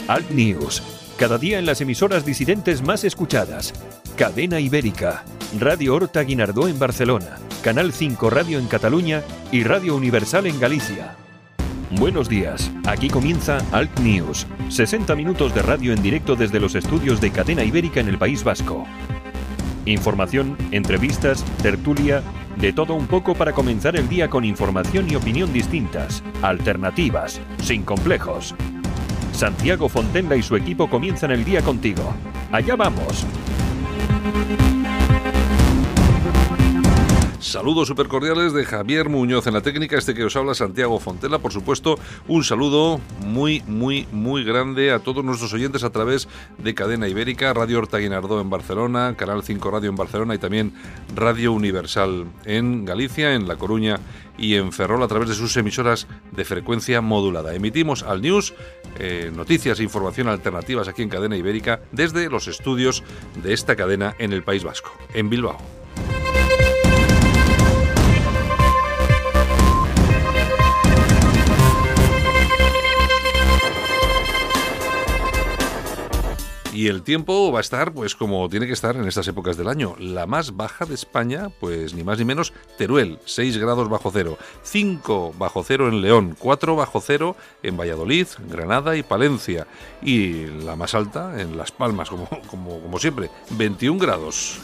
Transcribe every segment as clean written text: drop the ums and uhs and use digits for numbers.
Alt News, cada día en las emisoras disidentes más escuchadas. Cadena Ibérica, Radio Horta Guinardó en Barcelona, Canal 5 Radio en Cataluña y Radio Universal en Galicia. Buenos días, aquí comienza Alt News, 60 minutos de radio en directo desde los estudios de Cadena Ibérica en el País Vasco. Información, entrevistas, tertulia, de todo un poco para comenzar el día con información y opinión distintas, alternativas, sin complejos. Santiago Fontenla y su equipo comienzan el día contigo. ¡Allá vamos! Saludos supercordiales de Javier Muñoz en la técnica, que os habla Santiago Fontela. Por supuesto, un saludo muy grande a todos nuestros oyentes a través de Cadena Ibérica, Radio Horta Guinardó en Barcelona, Canal 5 Radio en Barcelona y también Radio Universal en Galicia, en La Coruña y en Ferrol a través de sus emisoras de frecuencia modulada. Emitimos Alt News, noticias e información alternativas aquí en Cadena Ibérica desde los estudios de esta cadena en el País Vasco, en Bilbao. Y el tiempo va a estar, pues como tiene que estar en estas épocas del año. La más baja de España, pues ni más ni menos, Teruel, 6 grados bajo cero, 5 bajo cero en León, 4 bajo cero en Valladolid, Granada y Palencia. Y la más alta en Las Palmas, como siempre, 21 grados.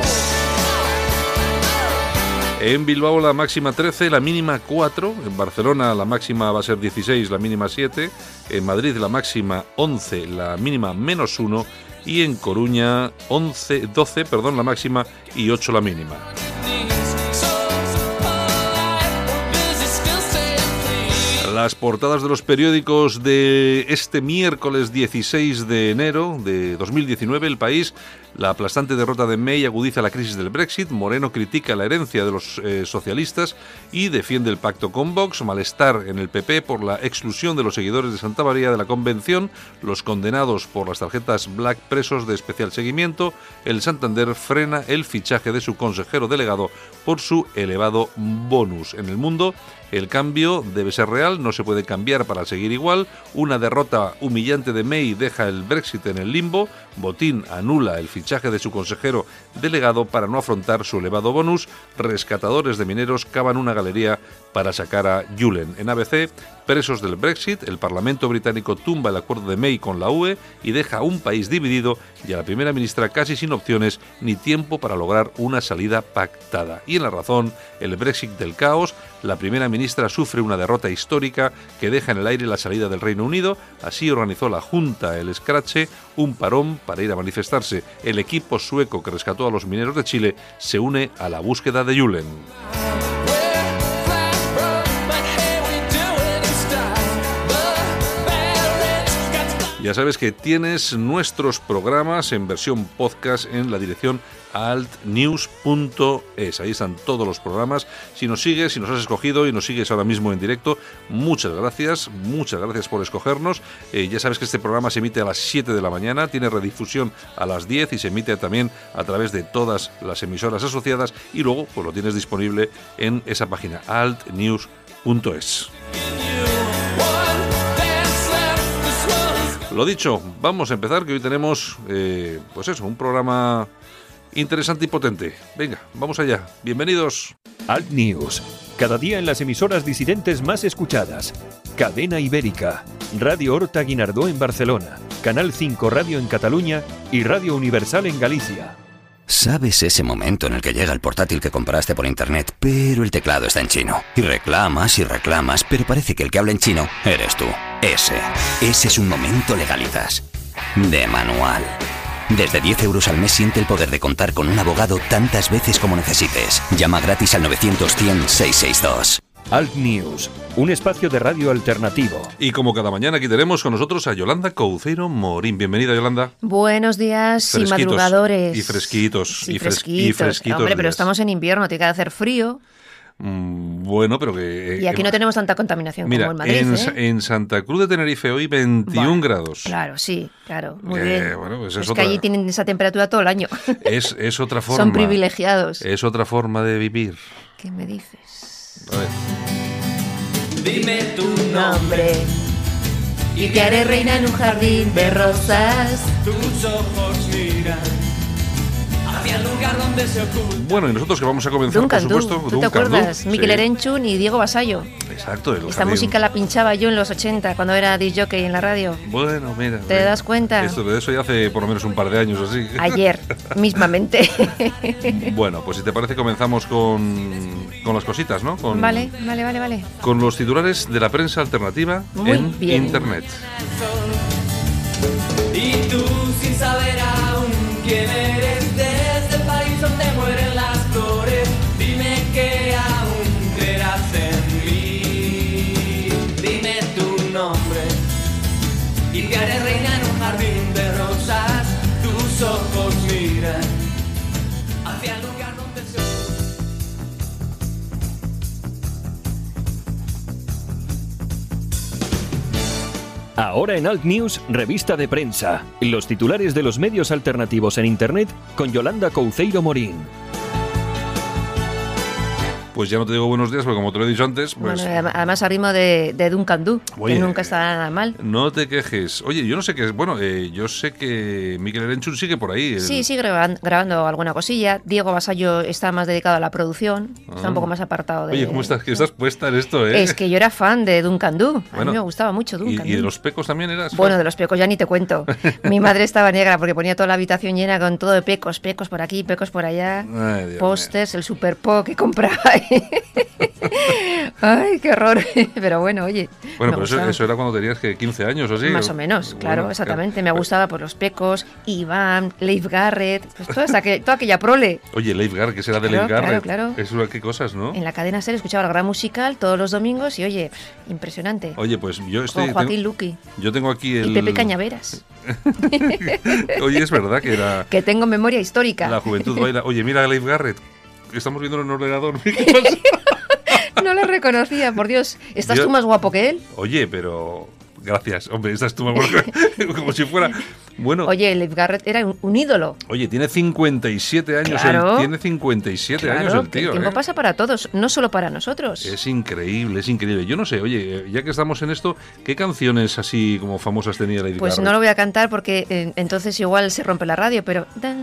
En Bilbao la máxima 13, la mínima 4. En Barcelona la máxima va a ser 16, la mínima 7. En Madrid la máxima 11, la mínima menos 1. Y en Coruña 12, la máxima y 8 la mínima. Las portadas de los periódicos de este miércoles 16 de enero de 2019, El País: la aplastante derrota de May agudiza la crisis del Brexit. Moreno critica la herencia de los socialistas y defiende el pacto con Vox. Malestar en el PP por la exclusión de los seguidores de Santamaría de la convención. Los condenados por las tarjetas Black presos de especial seguimiento. El Santander frena el fichaje de su consejero delegado por su elevado bonus. En El Mundo: el cambio debe ser real, no se puede cambiar para seguir igual. Una derrota humillante de May deja el Brexit en el limbo. Botín anula el fichaje de su consejero delegado para no afrontar su elevado bonus. Rescatadores de mineros cavan una galería para sacar a Julen. En ABC: presos del Brexit, el Parlamento británico tumba el acuerdo de May con la UE y deja a un país dividido y a la primera ministra casi sin opciones ni tiempo para lograr una salida pactada. Y en La Razón: el Brexit del caos, la primera ministra sufre una derrota histórica que deja en el aire la salida del Reino Unido. Así organizó la Junta el escrache, un parón para ir a manifestarse. El equipo sueco que rescató a los mineros de Chile se une a la búsqueda de Julen. Ya sabes que tienes nuestros programas en versión podcast en la dirección altnews.es. Ahí están todos los programas. Si nos sigues, si nos has escogido y nos sigues ahora mismo en directo, muchas gracias por escogernos. Ya sabes que este programa se emite a las 7 de la mañana, tiene redifusión a las 10 y se emite también a través de todas las emisoras asociadas y luego pues lo tienes disponible en esa página altnews.es. Lo dicho, vamos a empezar, que hoy tenemos, un programa interesante y potente. Venga, vamos allá. Bienvenidos. Alt News, cada día en las emisoras disidentes más escuchadas. Cadena Ibérica, Radio Horta Guinardó en Barcelona, Canal 5 Radio en Cataluña y Radio Universal en Galicia. ¿Sabes ese momento en el que llega el portátil que compraste por internet, pero el teclado está en chino? Y reclamas, pero parece que el que habla en chino eres tú. Ese es un momento Legalitas. De manual. Desde 10 euros al mes siente el poder de contar con un abogado tantas veces como necesites. Llama gratis al 900-100-662. Alt News, un espacio de radio alternativo. Y como cada mañana aquí tenemos con nosotros a Yolanda Couceiro Morín. Bienvenida, Yolanda. Buenos días y madrugadores. Y fresquitos. Y fresquitos. Hombre, pero estamos en invierno, tiene que hacer frío. Bueno, pero que... Y aquí no tenemos tanta contaminación como en Madrid, en Santa Cruz de Tenerife hoy 21 grados. Claro, sí, claro, muy bien. Bueno, pues es que allí tienen esa temperatura todo el año. Es otra forma. Son privilegiados. Es otra forma de vivir. ¿Qué me dices? A ver. Dime tu nombre y te haré reina en un jardín de rosas. Tus ojos miran hacia el lugar donde se oculta. Bueno, y nosotros que vamos a comenzar, Duncan por supuesto, ¿tú te acuerdas? Mikel sí. Erenchun y Diego Basallo. Exacto. Esta música la pinchaba yo en los 80 cuando era disc jockey en la radio. Bueno, mira. ¿Te das cuenta? De eso ya hace por lo menos un par de años así. Ayer, mismamente. Bueno, pues si te parece comenzamos con las cositas, ¿no? Vale. Con los titulares de la prensa alternativa Muy en bien. Internet. Y tú sin saber aún quién eres, desde el país donde mueren las flores, dime que aún creerás en mí. Dime tu nombre y te haré reina en un jardín de rosas. Tus ojos miran hacia el lugar donde se... Ahora en Alt News, revista de prensa. Los titulares de los medios alternativos en Internet con Yolanda Couceiro Morín. Pues ya no te digo buenos días, porque como te lo he dicho antes, pues... Bueno, además a ritmo de Duncan Du, Oye, que nunca está nada mal. No te quejes. Oye, yo no sé qué es... Bueno, yo sé que Mikel Erenchun sigue por ahí. Sí, sigue grabando alguna cosilla. Diego Basallo está más dedicado a la producción, está un poco más apartado de... Oye, ¿cómo estás? Que estás puesta en esto, ¿eh? Es que yo era fan de Duncan Du. A Bueno, mí me gustaba mucho Duncan ¿Y de Du. los pecos también eras? Bueno, de los pecos ya ni te cuento. Mi madre estaba negra porque ponía toda la habitación llena con todo de pecos. Pecos por aquí, pecos por allá. Ay, Dios Pósters, el Super Po que compraba. Ay, qué horror. Pero bueno, oye. Bueno, me pero gustaba. eso era cuando tenías que 15 años o así. Más o menos, claro, Bueno, exactamente. Me gustaba por los pecos, Iván, Leif Garrett, pues toda aquella prole. Oye, Leif Garrett, que será de Claro, Leif Garrett. claro. Eso, qué cosas, ¿no? En la cadena SER escuchaba el gran musical todos los domingos y oye, impresionante. Oye, pues yo estoy... Con Joaquín Luqui Yo tengo aquí el... y Pepe Cañaveras. Oye, es verdad que era... Que tengo memoria histórica. La juventud baila... Oye, mira a Leif Garrett. Estamos viendo en el ordenador. ¿Qué pasa? No lo reconocía, por Dios. ¿Estás Yo- tú más guapo que él? Oye, pero... Gracias, hombre, estás tú más guapa. Como si fuera... Bueno, Oye, Leif Garrett era un ídolo. oye, tiene 57 años. Claro. Tiene 57 Claro, años el que tío. el tiempo ¿eh? pasa para todos, no solo para nosotros. Es increíble, es increíble. Yo no sé, oye, ya que estamos en esto, ¿qué canciones así como famosas tenía Lady Pues Gaga? no lo voy a cantar porque entonces igual se rompe la radio, pero...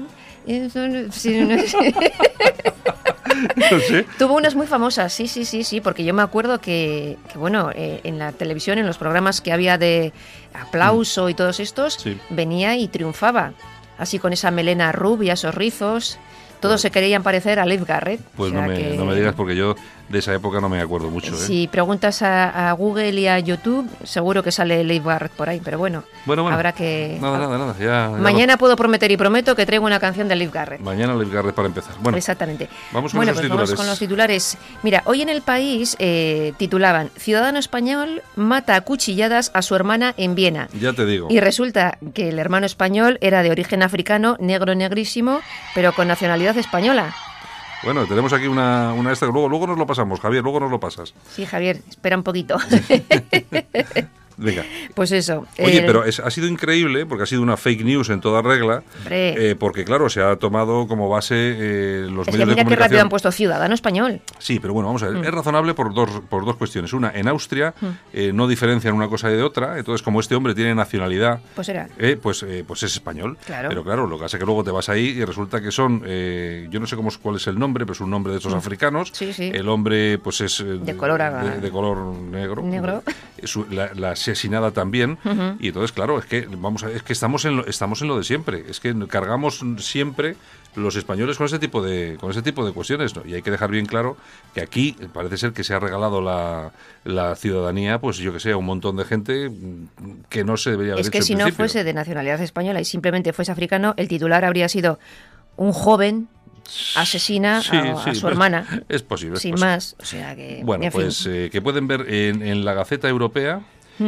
No sé. Tuvo unas muy famosas, sí, porque yo me acuerdo que bueno, en la televisión, en los programas que había de aplauso y todos estos, Sí. venía y triunfaba, así con esa melena rubia, esos rizos, todos se querían parecer a Leif Garrett. Pues o sea no me digas, porque yo de esa época no me acuerdo mucho. ¿eh? Si preguntas a Google y a YouTube, seguro que sale Leif Garrett por ahí, pero bueno, Bueno. habrá que... Nada. Ya Mañana puedo prometer y prometo que traigo una canción de Leif Garrett. Mañana Leif Garrett para empezar. Bueno, Exactamente. vamos con Bueno, esos pues titulares. vamos con los titulares. Mira, hoy en El País titulaban: Ciudadano español mata a cuchilladas a su hermana en Viena. ya te digo. Y resulta que el hermano español era de origen africano, negro negrísimo, pero con nacionalidad española. Bueno, tenemos aquí una esta. Luego nos lo pasamos, Javier, luego nos lo pasas. Sí, Javier, espera un poquito. Venga. Pues eso. Oye, pero ha sido increíble, porque ha sido una fake news en toda regla, Hombre. porque claro, se ha tomado como base los Es medios que de mira qué rápido comunicación. han puesto ciudadano español. Sí, pero bueno, vamos a ver. Es razonable por dos cuestiones. Una, en Austria no diferencian una cosa de otra, entonces como este hombre tiene nacionalidad, Pues era. pues es español. Claro. Pero claro, lo que pasa es que luego te vas ahí y resulta que son, yo no sé cuál es el nombre, pero es un nombre de esos africanos. Sí, sí. El hombre pues es De color de color negro. Negro. La asesinada también. Y entonces, claro, es que estamos en lo de siempre. Es que cargamos siempre los españoles con ese tipo de cuestiones, ¿no? Y hay que dejar bien claro que aquí parece ser que se ha regalado la ciudadanía, pues yo que sé, a un montón de gente que no se debería haber Es hecho que en si no principio. fuese de nacionalidad española y simplemente fuese africano, el titular habría sido: un joven asesina Sí, a sí, su hermana. Es posible. es Sin posible. más. O sea que. Bueno, en fin. pues que pueden ver en la Gaceta Europea.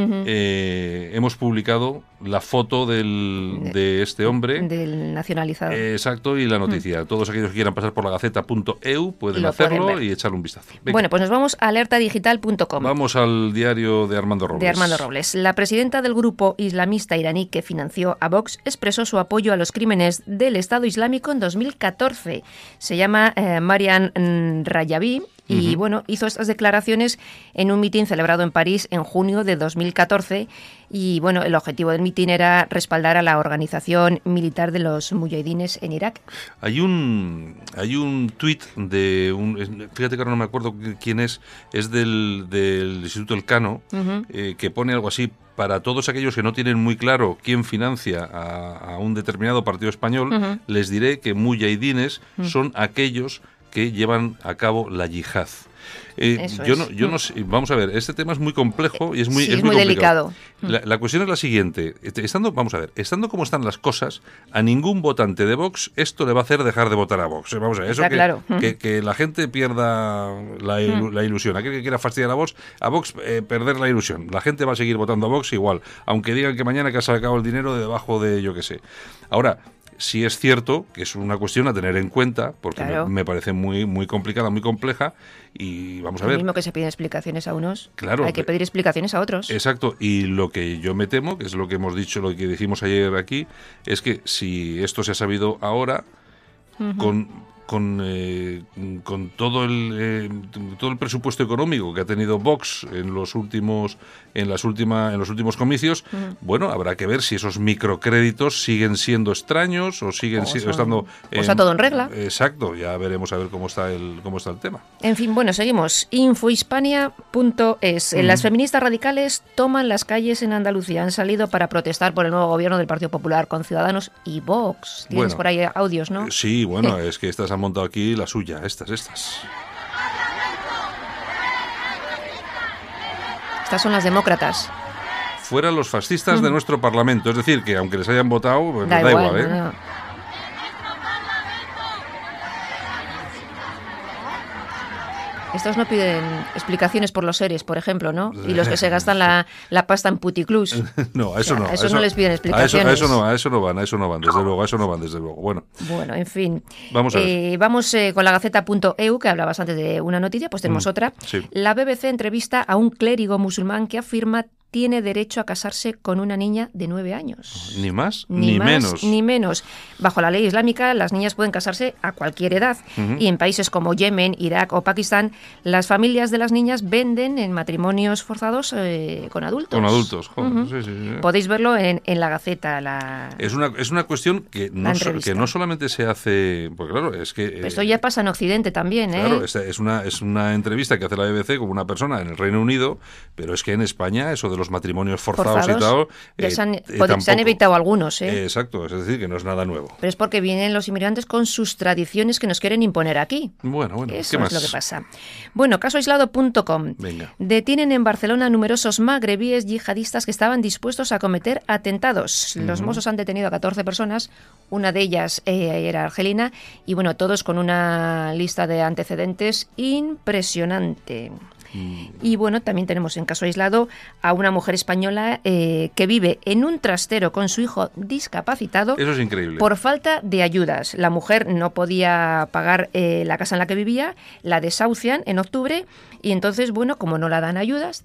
Hemos publicado la foto de este hombre. Del nacionalizado. Exacto, y la noticia. Todos aquellos que quieran pasar por la gaceta.eu pueden Lo pueden hacerlo ver. y echarle un vistazo. Venga, Bueno, pues nos vamos a alertadigital.com. vamos al diario de Armando Robles. De Armando Robles. La presidenta del grupo islamista iraní que financió a Vox expresó su apoyo a los crímenes del Estado Islámico en 2014. Se llama Marian Rajavi Y bueno, hizo estas declaraciones en un mitin celebrado en París en junio de 2014. Y bueno, el objetivo del mitin era respaldar a la organización militar de los mujahidines en Irak. Hay un tuit de fíjate que ahora no me acuerdo quién es del Instituto Elcano, que pone algo así: para todos aquellos que no tienen muy claro quién financia a un determinado partido español, les diré que mujahidines son aquellos que llevan a cabo la yihad. Yo no sé, vamos a ver, este tema es muy complejo y es muy delicado. La cuestión es la siguiente: estando como están las cosas, a ningún votante de Vox esto le va a hacer dejar de votar a Vox. Vamos a ver, eso claro. que la gente pierda la ilusión. Aquel que quiera fastidiar a Vox, perder la ilusión. La gente va a seguir votando a Vox igual, aunque digan que mañana que ha sacado el dinero de debajo de yo qué sé. Ahora, sí es cierto que es una cuestión a tener en cuenta, porque me parece muy, muy complicada, muy compleja, y vamos a ver. Lo mismo que se piden explicaciones a unos, claro, hay que pedir explicaciones a otros. Exacto, y lo que yo me temo, que es lo que hemos dicho, lo que dijimos ayer aquí, es que si esto se ha sabido ahora, con todo el presupuesto económico que ha tenido Vox en los últimos comicios, bueno, habrá que ver si esos microcréditos siguen siendo extraños o siguen estando todo en regla. Exacto, ya veremos a ver cómo está el tema. En fin, bueno, seguimos. Infohispania.es. Las feministas radicales toman las calles en Andalucía. Han salido para protestar por el nuevo gobierno del Partido Popular con Ciudadanos y Vox. Tienes por ahí audios, ¿no? Sí, bueno, es que estas han montado aquí la suya, estas. Estas son las demócratas. Fuera los fascistas de nuestro Parlamento. Es decir, que aunque les hayan votado, pues da igual, ¿eh? No. Estos no piden explicaciones por los seres, por ejemplo, ¿no? Y los que se gastan la pasta en puticlús. No, eso no. A eso no les piden explicaciones. A eso no van, desde luego. Bueno, en fin. Vamos a ver. Vamos con la Gaceta.eu, que hablabas antes de una noticia, pues tenemos otra. Sí. La BBC entrevista a un clérigo musulmán que afirma tiene derecho a casarse con una niña de 9 años. Ni más, ni menos. Ni menos. Bajo la ley islámica, las niñas pueden casarse a cualquier edad. Y en países como Yemen, Irak o Pakistán, las familias de las niñas venden en matrimonios forzados con adultos. Con adultos, joder. Sí. Podéis verlo en la Gaceta. Es una cuestión que no solamente se hace... Porque claro, es que... Esto ya pasa en Occidente también, ¿eh? Claro, es una entrevista que hace la BBC con una persona en el Reino Unido, pero es que en España eso de los matrimonios forzados y tal... se han evitado algunos, ¿eh? Exacto, es decir, que no es nada nuevo. Pero es porque vienen los inmigrantes con sus tradiciones que nos quieren imponer aquí. Bueno, eso ¿qué más? Es lo que pasa. Bueno, casoaislado.com. Venga. Detienen en Barcelona numerosos magrebíes yihadistas que estaban dispuestos a cometer atentados. Los Mossos han detenido a 14 personas, una de ellas era argelina, y bueno, todos con una lista de antecedentes impresionante. Y bueno, también tenemos en caso aislado a una mujer española que vive en un trastero con su hijo discapacitado. Eso es increíble. Por falta de ayudas. La mujer no podía pagar la casa en la que vivía, la desahucian en octubre y entonces, bueno, como no la dan ayudas,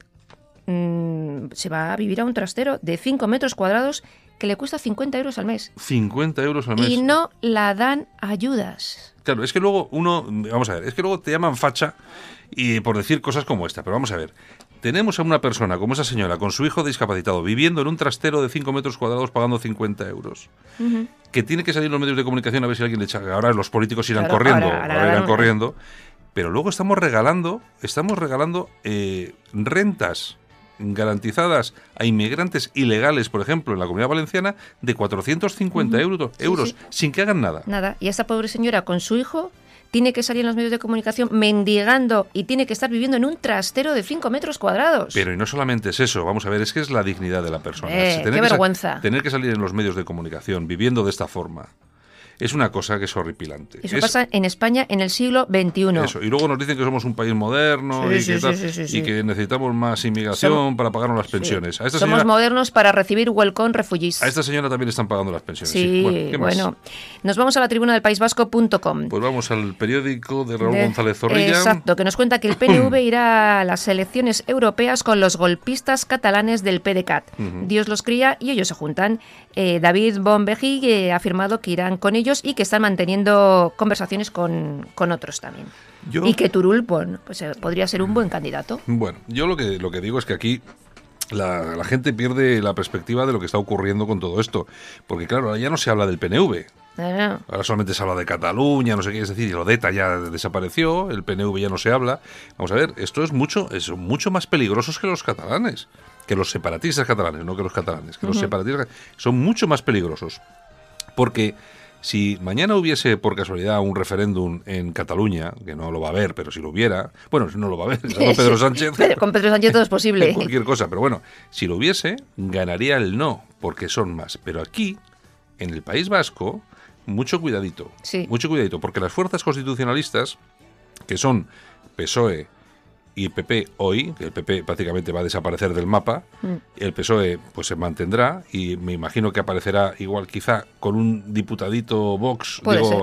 se va a vivir a un trastero de 5 metros cuadrados que le cuesta 50 euros al mes. 50 euros al mes. Y no la dan ayudas. Claro, es que luego luego te llaman facha y por decir cosas como esta, pero vamos a ver. Tenemos a una persona como esa señora con su hijo discapacitado viviendo en un trastero de 5 metros cuadrados pagando 50 euros, que tiene que salir en los medios de comunicación a ver si alguien le echa. Ahora los políticos irán corriendo, irán corriendo, pero luego estamos regalando rentas garantizadas a inmigrantes ilegales, por ejemplo, en la Comunidad Valenciana, de 450 euros, sin que hagan nada. Nada. Y esta pobre señora con su hijo tiene que salir en los medios de comunicación mendigando y tiene que estar viviendo en un trastero de 5 metros cuadrados. Pero y no solamente es eso, vamos a ver, es que es la dignidad de la persona. Qué vergüenza. Tener que salir en los medios de comunicación viviendo de esta forma. Es una cosa que es horripilante. Eso pasa en España en el siglo XXI. Eso. Y luego nos dicen que somos un país moderno y que necesitamos más inmigración para pagarnos las pensiones. A somos modernos para recibir welcome refugees. A esta señora también le están pagando las pensiones. Sí, bueno. Nos vamos a la tribuna del País Vasco.com. Pues vamos al periódico de Raúl González Zorrilla. Exacto, que nos cuenta que el PNV irá a las elecciones europeas con los golpistas catalanes del PDeCAT. Dios los cría y ellos se juntan. David Bonvehí ha afirmado que irán con ellos ellos y que están manteniendo conversaciones con otros también. Y que Turull, bueno, pues podría ser un buen candidato. Bueno, yo lo que digo es que aquí la gente pierde la perspectiva de lo que está ocurriendo con todo esto. Porque claro, ahora ya no se habla del PNV. Ahora solamente se habla de Cataluña, no sé qué, es decir, lo de ETA ya desapareció, el PNV ya no se habla. Vamos a ver, esto es mucho más peligrosos que los catalanes, que los separatistas catalanes, no que los catalanes, que los separatistas son mucho más peligrosos. Porque si mañana hubiese, por casualidad, un referéndum en Cataluña, que no lo va a haber, pero si lo hubiera, bueno, no lo va a haber, con Pedro Sánchez. Con Pedro Sánchez todo es posible. Cualquier cosa, pero bueno, si lo hubiese, ganaría el no, porque son más. Pero aquí, en el País Vasco, mucho cuidadito, porque las fuerzas constitucionalistas, que son PSOE y PP hoy, que el PP prácticamente va a desaparecer del mapa, el PSOE pues se mantendrá y me imagino que aparecerá igual quizá con un diputadito Vox,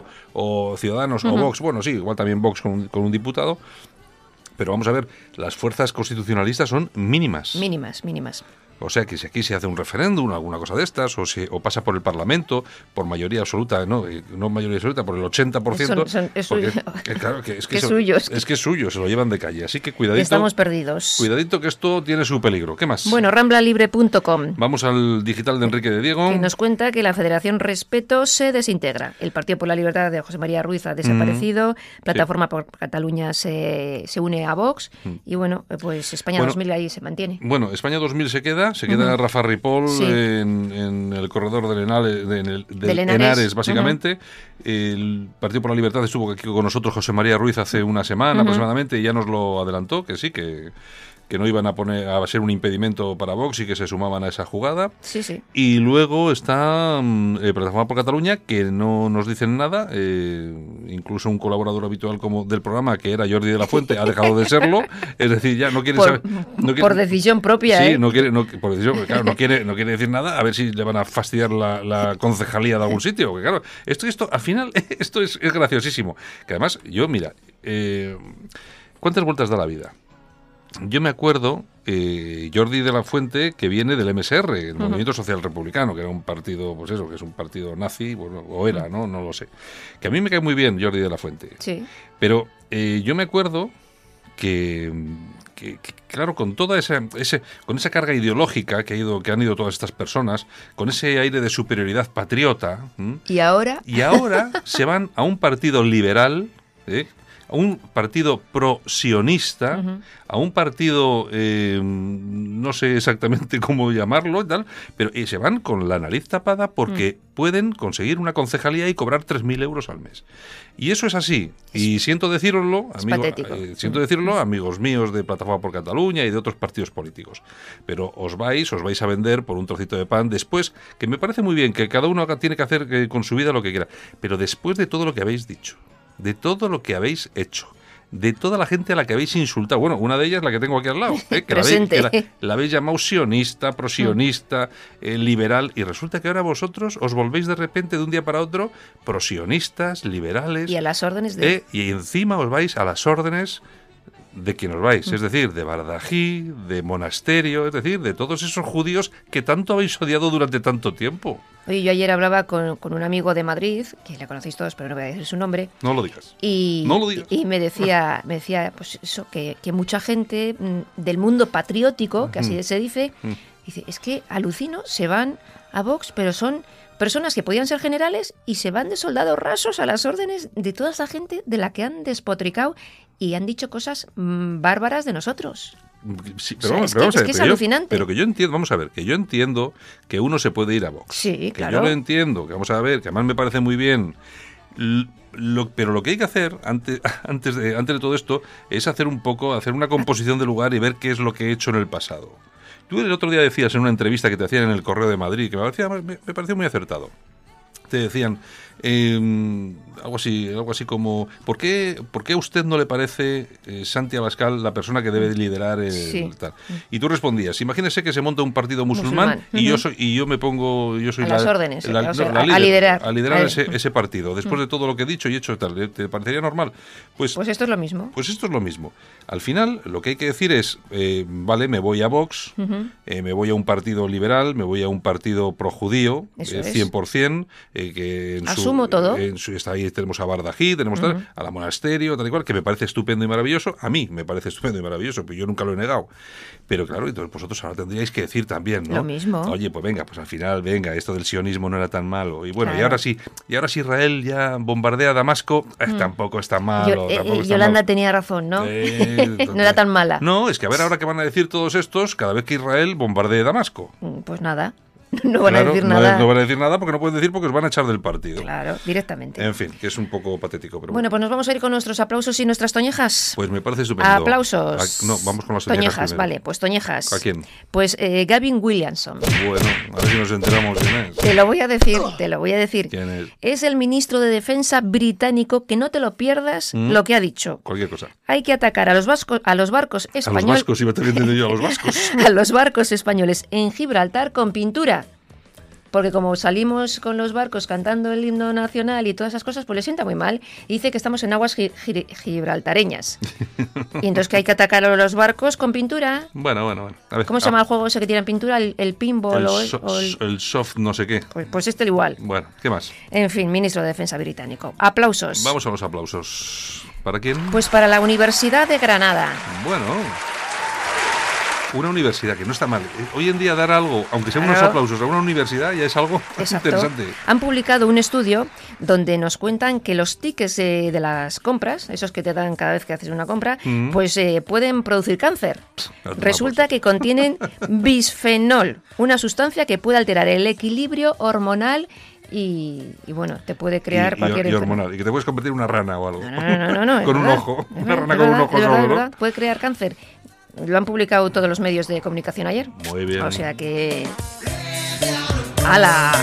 o Ciudadanos o Vox, bueno sí, igual también Vox con un diputado, pero vamos a ver, las fuerzas constitucionalistas son mínimas. Mínimas. O sea que si aquí se hace un referéndum, alguna cosa de estas, o pasa por el Parlamento, por mayoría absoluta, no mayoría absoluta, por el 80%. Es que es suyo, se lo llevan de calle. Así que cuidadito. Estamos perdidos. Cuidadito que esto tiene su peligro. ¿Qué más? Bueno, ramblalibre.com. Vamos al digital de Enrique de Diego. Que nos cuenta que la Federación Respeto se desintegra. El Partido por la Libertad de José María Ruiz ha desaparecido. Plataforma por Cataluña se une a Vox. Y bueno, pues España 2000 ahí se mantiene. Bueno, España 2000 se queda Rafa Ripoll en el corredor del Henares, básicamente. El Partido por la Libertad estuvo aquí con nosotros José María Ruiz hace una semana aproximadamente y ya nos lo adelantó, que sí, que no iban a ser un impedimento para Vox y que se sumaban a esa jugada. Sí. Y luego está Plataforma por Cataluña, que no nos dicen nada, incluso un colaborador habitual del programa, que era Jordi de la Fuente, ha dejado de serlo, es decir, ya no quiere saber... por decisión propia, Sí, por decisión, porque, claro, no quiere decir nada, a ver si le van a fastidiar la concejalía de algún sitio, porque claro, esto al final, esto es graciosísimo. Que además, yo, mira, ¿cuántas vueltas da la vida? Yo me acuerdo, Jordi de la Fuente, que viene del MSR, el Movimiento Social Republicano, que era un partido, pues eso, que es un partido nazi, bueno, o era, no lo sé. Que a mí me cae muy bien Jordi de la Fuente. Sí. Pero yo me acuerdo que claro, con toda con esa carga ideológica que han ido todas estas personas, con ese aire de superioridad patriota. ¿Y ahora? Y ahora se van a un partido liberal, a un partido pro-sionista, a un partido, no sé exactamente cómo llamarlo y tal, pero se van con la nariz tapada porque pueden conseguir una concejalía y cobrar 3.000 euros al mes. Y eso es así. Y siento deciroslo, amigos míos de Plataforma por Cataluña y de otros partidos políticos. Pero os vais a vender por un trocito de pan después, que me parece muy bien, que cada uno tiene que hacer con su vida lo que quiera. Pero después de todo lo que habéis dicho, de todo lo que habéis hecho, de toda la gente a la que habéis insultado. Bueno, una de ellas la que tengo aquí al lado, que la habéis llamado sionista, prosionista, liberal, y resulta que ahora vosotros os volvéis de repente de un día para otro prosionistas, liberales. Y a las órdenes de... y encima os vais a las órdenes de quien os vais, es decir, de Bardají, de Monasterio, es decir, de todos esos judíos que tanto habéis odiado durante tanto tiempo. Oye, yo ayer hablaba con un amigo de Madrid, que le conocéis todos, pero no voy a decir su nombre. No lo digas. Y me decía, pues eso, que mucha gente del mundo patriótico, que así se dice, dice, es que alucino, se van a Vox, pero son personas que podían ser generales y se van de soldados rasos a las órdenes de toda esa gente de la que han despotricado y han dicho cosas bárbaras de nosotros. Sí, pero vamos a ver, es alucinante. Pero que yo entiendo, vamos a ver, que yo entiendo que uno se puede ir a Vox. Sí, claro. Que yo lo entiendo, que vamos a ver, que además me parece muy bien. Pero lo que hay que hacer antes de todo esto es hacer una composición del lugar y ver qué es lo que he hecho en el pasado. Tú el otro día decías en una entrevista que te hacían en el Correo de Madrid, que me pareció muy acertado. Te decían algo así como ¿por qué a usted no le parece Santi Abascal la persona que debe liderar tal? Y tú respondías, imagínese que se monta un partido musulmán. Y yo soy a las órdenes, líder, a liderar ese partido después de todo lo que he dicho y hecho tal. ¿Te parecería normal? Pues esto es lo mismo. Pues esto es lo mismo. Al final lo que hay que decir es vale, me voy a Vox, me voy a un partido liberal, me voy a un partido projudío, 100%, que en su consumo, todo. Está ahí, tenemos a Bardají, tenemos a la Monasterio, tal y cual, que me parece estupendo y maravilloso. A mí me parece estupendo y maravilloso, pero yo nunca lo he negado. Pero claro, entonces vosotros ahora tendríais que decir también, ¿no? Lo mismo. Oye, pues venga, pues al final, venga, esto del sionismo no era tan malo. Y bueno, Claro. y ahora sí Israel ya bombardea Damasco, tampoco está malo. Tampoco está Yolanda malo. tenía razón, ¿no? No era tan mala. No, es que a ver ahora qué van a decir todos estos cada vez que Israel bombardee Damasco. Pues nada, no van a Claro, decir no, nada. no van a decir nada porque no pueden decir porque os van a echar del partido. Claro, directamente. En fin, que es un poco patético. Pero Bueno, pues nos vamos a ir con nuestros aplausos y nuestras toñejas. pues me parece estupendo. Aplausos. No, vamos con las toñejas. primero. Vale, pues toñejas. ¿A quién? Pues Gavin Williamson. Bueno, a ver si nos enteramos quién es. Te lo voy a decir. ¿Quién es? Es el ministro de Defensa británico, que no te lo pierdas lo que ha dicho. Cualquier cosa. Hay que atacar a los barcos A los españoles. vascos, iba a tener entendido yo, a los vascos. A los barcos españoles en Gibraltar con pintura. Porque como salimos con los barcos cantando el himno nacional y todas esas cosas, pues le sienta muy mal. Y dice que estamos en aguas gibraltareñas. Y entonces que hay que atacar a los barcos con pintura. Bueno. A ver, ¿Cómo se llama el juego ese que tiran pintura? ¿El pinball el soft no sé qué. Pues este igual. Bueno, ¿qué más? En fin, ministro de Defensa británico. Aplausos. Vamos a los aplausos. ¿Para quién? Pues para la Universidad de Granada. Bueno, una universidad que no está mal. Hoy en día dar algo, aunque sean unos Claro. aplausos a una universidad, ya es algo Exacto. interesante. Han publicado un estudio donde nos cuentan que los tickets de las compras, esos que te dan cada vez que haces una compra, pues pueden producir cáncer. No te Resulta vamos. que contienen bisfenol, una sustancia que puede alterar el equilibrio hormonal y bueno, te puede crear cualquier y enfermedad. hormonal. Y que te puedes convertir en una rana o algo. No, es Con un verdad, ojo. es Una verdad, rana es con un verdad, ojo es verdad, solo, es ¿no? verdad, puede crear cáncer. Lo han publicado todos los medios de comunicación ayer. Muy bien. O sea que... ¡Hala!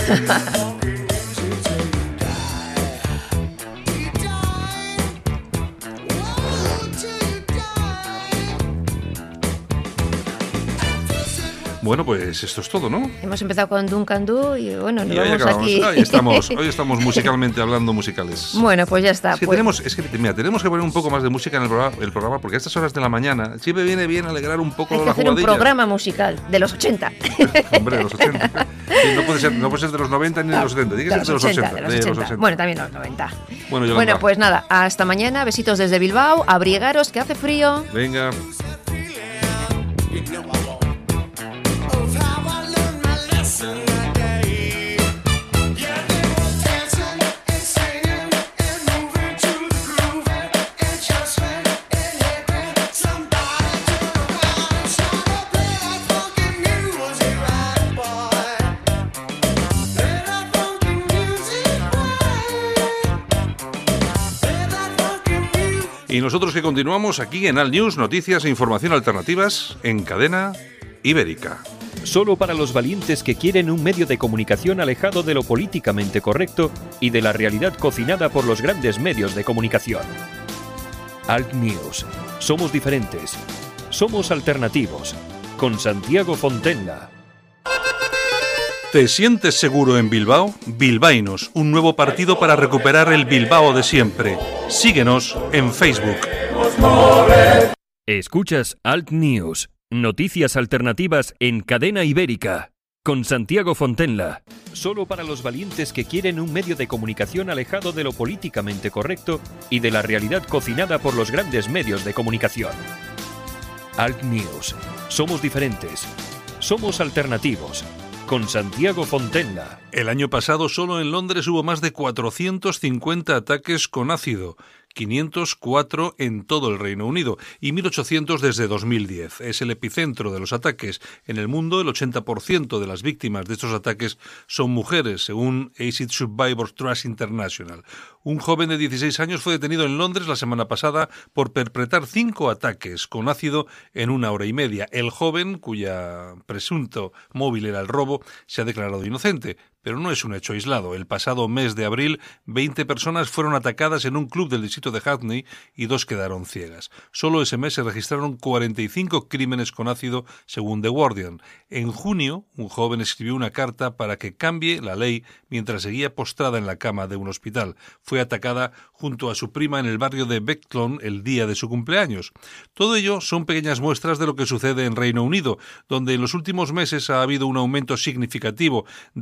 Bueno, pues esto es todo, ¿no? Hemos empezado con Duncan Du y bueno, nos Y ahí vamos acabamos. aquí. Hoy estamos musicalmente hablando musicales. Bueno, pues ya está. Es que, pues- tenemos que poner un poco más de música en el programa, porque a estas horas de la mañana siempre viene bien alegrar un poco hay que la hacer un jugadilla. programa musical de los 80. Hombre, de los 80. Sí, no puede ser de los 90 ni de los 70, tiene que ser de los 80. de los 80. Bueno, también los 90. Bueno, Yolanda. Pues nada, hasta mañana. Besitos desde Bilbao. Abrigaros, que hace frío. Venga. Of how I learned my lesson today. Yeah, they were dancing and singing and moving to the groove and jostling and hipping. Somebody turned around and started playing that funky music, right, boy? Play that funky music, right? Play that funky music. Y nosotros que continuamos aquí en Al News, noticias e información alternativas en cadena ibérica. Solo para los valientes que quieren un medio de comunicación alejado de lo políticamente correcto y de la realidad cocinada por los grandes medios de comunicación. Alt News. Somos diferentes. Somos alternativos. Con Santiago Fontenla. ¿Te sientes seguro en Bilbao? Bilbaínos, un nuevo partido para recuperar el Bilbao de siempre. Síguenos en Facebook. Escuchas Alt News. Noticias alternativas en cadena ibérica. Con Santiago Fontenla. Solo para los valientes que quieren un medio de comunicación alejado de lo políticamente correcto y de la realidad cocinada por los grandes medios de comunicación. Alt News. Somos diferentes. Somos alternativos. Con Santiago Fontenla. El año pasado solo en Londres hubo más de 450 ataques con ácido, 504 en todo el Reino Unido y 1.800 desde 2010. Es el epicentro de los ataques. En el mundo, el 80% de las víctimas de estos ataques son mujeres, según Acid Survivors Trust International. Un joven de 16 años fue detenido en Londres la semana pasada por perpetrar 5 ataques con ácido en 1 hora y media. El joven, cuya presunto móvil era el robo, se ha declarado inocente. Pero no es un hecho aislado. El pasado mes de abril, 20 personas fueron atacadas en un club del distrito de Hackney y 2 quedaron ciegas. Solo ese mes se registraron 45 crímenes con ácido, según The Guardian. En junio, un joven escribió una carta para que cambie la ley mientras seguía postrada en la cama de un hospital. Fue atacada junto a su prima en el barrio de Beckton el día de su cumpleaños. Todo ello son pequeñas muestras de lo que sucede en Reino Unido, donde en los últimos meses ha habido un aumento significativo de este tipo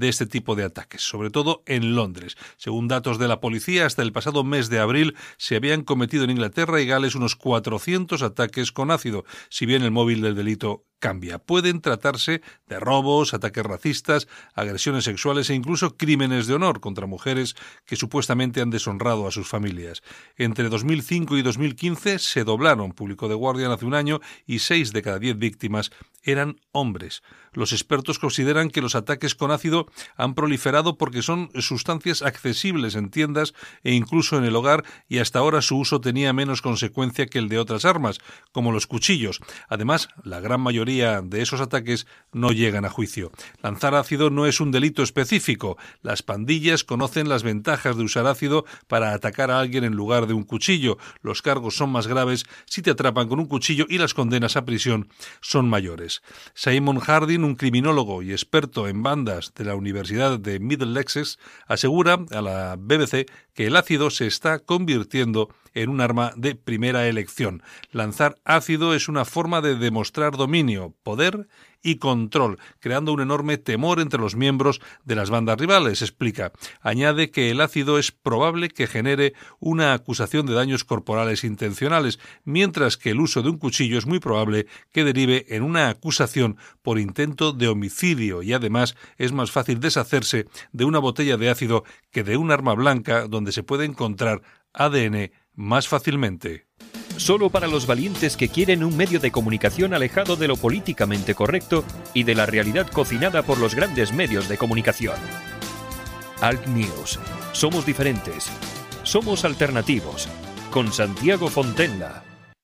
tipo de ataques, sobre todo en Londres. Según datos de la policía, hasta el pasado mes de abril se habían cometido en Inglaterra y Gales unos 400 ataques con ácido, si bien el móvil del delito cambia. Pueden tratarse de robos, ataques racistas, agresiones sexuales e incluso crímenes de honor contra mujeres que supuestamente han deshonrado a sus familias. Entre 2005 y 2015 se doblaron, publicó The Guardian hace un año, y 6 de cada 10 víctimas eran hombres. Los expertos consideran que los ataques con ácido han proliferado porque son sustancias accesibles en tiendas e incluso en el hogar, y hasta ahora su uso tenía menos consecuencia que el de otras armas, como los cuchillos. Además, la gran mayoría de esos ataques no llegan a juicio. Lanzar ácido no es un delito específico. Las pandillas conocen las ventajas de usar ácido para atacar a alguien en lugar de un cuchillo. Los cargos son más graves si te atrapan con un cuchillo y las condenas a prisión son mayores. Simon Harding, un criminólogo y experto en bandas de la Universidad de Middlesex, asegura a la BBC que el ácido se está convirtiendo en un arma de primera elección. Lanzar ácido es una forma de demostrar dominio, poder y control, creando un enorme temor entre los miembros de las bandas rivales, explica. Añade que el ácido es probable que genere una acusación de daños corporales intencionales, mientras que el uso de un cuchillo es muy probable que derive en una acusación por intento de homicidio, y además es más fácil deshacerse de una botella de ácido que de un arma blanca donde se puede encontrar ADN más fácilmente. Solo para los valientes que quieren un medio de comunicación alejado de lo políticamente correcto y de la realidad cocinada por los grandes medios de comunicación. Alt News. Somos diferentes. Somos alternativos. Con Santiago Fontenla.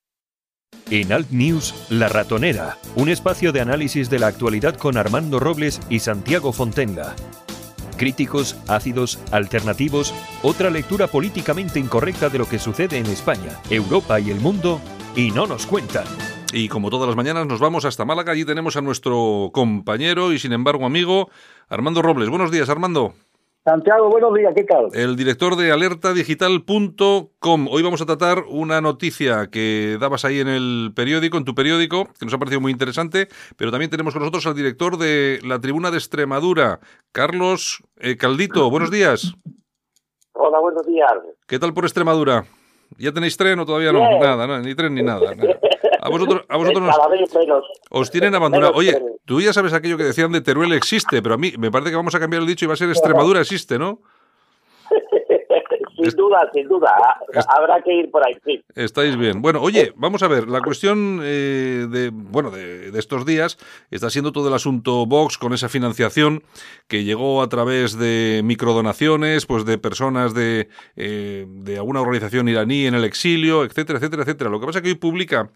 En Alt News, La Ratonera, un espacio de análisis de la actualidad con Armando Robles y Santiago Fontenla. Críticos, ácidos, alternativos, otra lectura políticamente incorrecta de lo que sucede en España, Europa y el mundo, y no nos cuentan. Y como todas las mañanas nos vamos hasta Málaga. Allí tenemos a nuestro compañero y sin embargo amigo, Armando Robles. Buenos días, Armando. Santiago, buenos días, ¿qué tal? El director de alertadigital.com. Hoy vamos a tratar una noticia que dabas ahí en tu periódico, que nos ha parecido muy interesante, pero también tenemos con nosotros al director de la Tribuna de Extremadura, Carlos Caldito. Buenos días. Hola, buenos días. ¿Qué tal por Extremadura? ¿Ya tenéis tren o todavía no? Bien. Nada, ni tren ni nada. A vosotros Cada vez menos. os tienen abandonado. Menos Oye, trenes. tú ya sabes aquello que decían de Teruel existe, pero a mí me parece que vamos a cambiar el dicho y va a ser Extremadura existe, ¿no? Sin duda. Habrá que ir por ahí, sí. Estáis bien. Bueno, oye, vamos a ver, la cuestión de estos días está siendo todo el asunto Vox con esa financiación que llegó a través de microdonaciones, pues de personas de alguna organización iraní en el exilio, etcétera, etcétera, etcétera. Lo que pasa es que hoy publica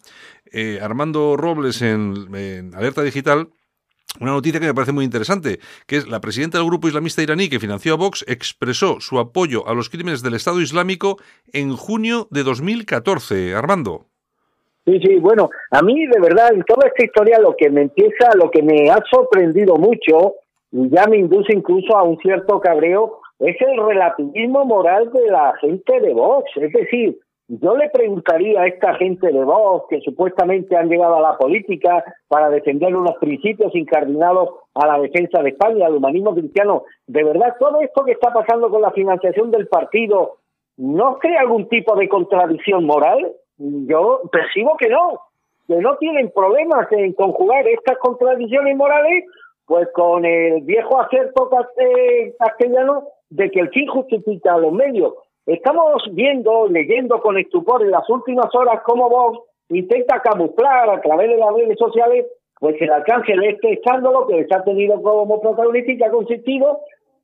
Armando Robles en Alerta Digital una noticia que me parece muy interesante, que es la presidenta del grupo islamista iraní que financió a Vox expresó su apoyo a los crímenes del Estado Islámico en junio de 2014. Armando. Sí, bueno, a mí de verdad en toda esta historia lo que me ha sorprendido mucho y ya me induce incluso a un cierto cabreo es el relativismo moral de la gente de Vox. Es decir, yo le preguntaría a esta gente de Vox que supuestamente han llegado a la política para defender unos principios incardinados a la defensa de España, al humanismo cristiano, ¿de verdad todo esto que está pasando con la financiación del partido no crea algún tipo de contradicción moral? Yo percibo que no tienen problemas en conjugar estas contradicciones morales pues con el viejo acerto castellano de que el fin justifica a los medios. Estamos leyendo con estupor en las últimas horas cómo Vox intenta camuflar a través de las redes sociales pues el alcance de este escándalo que se ha tenido como protagonista y que ha consistido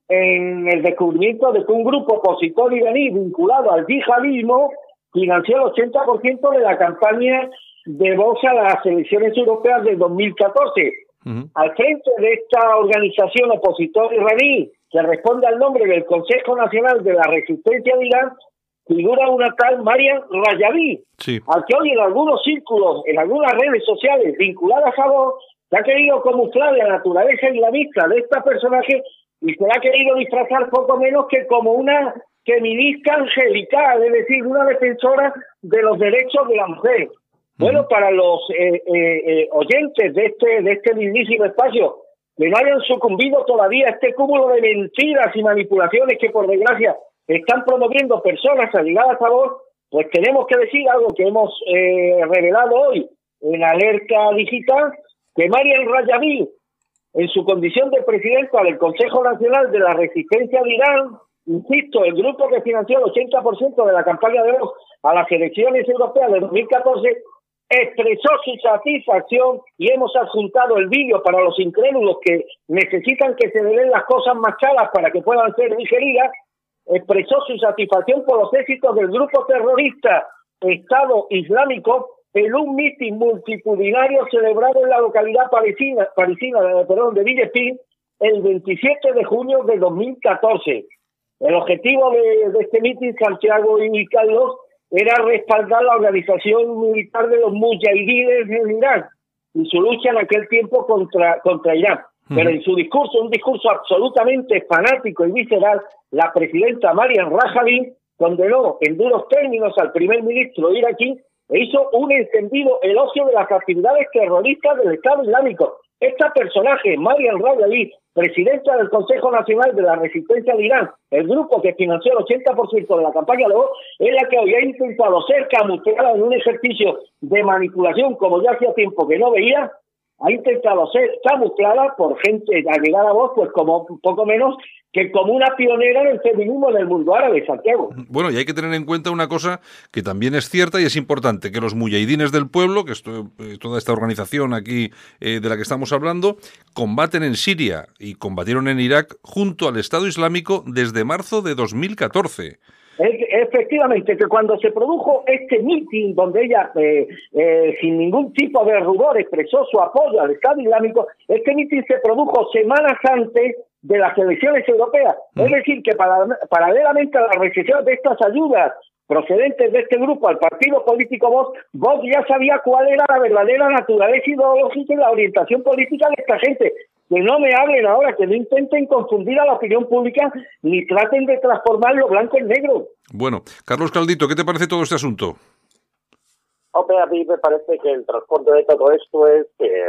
en el descubrimiento de que un grupo opositor iraní vinculado al yihadismo financió el 80% de la campaña de Vox a las elecciones europeas de 2014. Al frente de esta organización opositora iraní, que responde al nombre del Consejo Nacional de la Resistencia de Irán, figura una tal Mariam Rajavi, Sí. al que hoy en algunos círculos, en algunas redes sociales vinculadas a Vox, se ha querido camuflar la naturaleza islamista de este personaje y se la ha querido disfrazar poco menos que como una feminista angelical, es decir, una defensora de los derechos de la mujer. Bueno, para los oyentes de este mismísimo espacio, que no hayan sucumbido todavía a este cúmulo de mentiras y manipulaciones que por desgracia están promoviendo personas allegadas a vos, pues tenemos que decir algo que hemos revelado hoy en Alerta Digital, que Mariam Rajavi, en su condición de presidenta del Consejo Nacional de la Resistencia de Irán, insisto, el grupo que financió el 80% de la campaña de Vox a las elecciones europeas de 2014, expresó su satisfacción, y hemos adjuntado el vídeo para los incrédulos que necesitan que se le den las cosas más claras para que puedan ser digeridas. Expresó su satisfacción por los éxitos del grupo terrorista Estado Islámico en un mitin multitudinario celebrado en la localidad parisina de Villespín el 27 de junio de 2014. El objetivo de este mitin, Santiago y Carlos, era respaldar la organización militar de los mujahidines en Irán y su lucha en aquel tiempo contra Irán. Pero en su discurso, un discurso absolutamente fanático y visceral, la presidenta Mariam Rajavi condenó en duros términos al primer ministro iraquí e hizo un encendido elogio de las actividades terroristas del Estado Islámico. Esta personaje, Mariam Rajavi, presidenta del Consejo Nacional de la Resistencia de Irán, el grupo que financió el 80% de la campaña de Vox, es la que hoy ha intentado ser camuflada en un ejercicio de manipulación como ya hacía tiempo que no veía. Ha intentado ser camuflada por gente allegada a Vox, pues como poco menos que como una pionera en el feminismo en el mundo árabe, Santiago. Bueno, y hay que tener en cuenta una cosa que también es cierta y es importante, que los mujahidines del pueblo, que es toda esta organización aquí de la que estamos hablando, combaten en Siria y combatieron en Irak junto al Estado Islámico desde marzo de 2014. Efectivamente, que cuando se produjo este mitin donde ella sin ningún tipo de rubor expresó su apoyo al Estado Islámico, este mitin se produjo semanas antes de las elecciones europeas. Es decir, que paralelamente a la recepción de estas ayudas procedentes de este grupo al partido político Vox ya sabía cuál era la verdadera naturaleza ideológica y la orientación política de esta gente. Que no me hablen ahora, que no intenten confundir a la opinión pública ni traten de transformar lo blanco en negro. Bueno, Carlos Caldito, ¿qué te parece todo este asunto? Hombre, a mí me parece que el trasfondo de todo esto es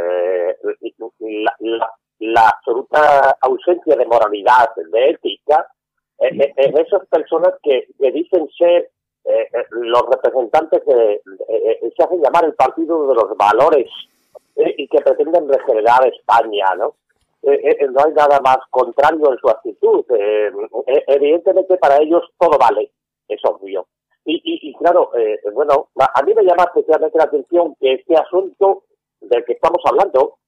la absoluta ausencia de moralidad, de ética, en esas personas que dicen ser los representantes se hacen llamar el partido de los valores y que pretenden regenerar España, ¿no? No hay nada más contrario en su actitud. Evidentemente para ellos todo vale, es obvio. Y claro, bueno, a mí me llama especialmente la atención que este asunto del que estamos hablando,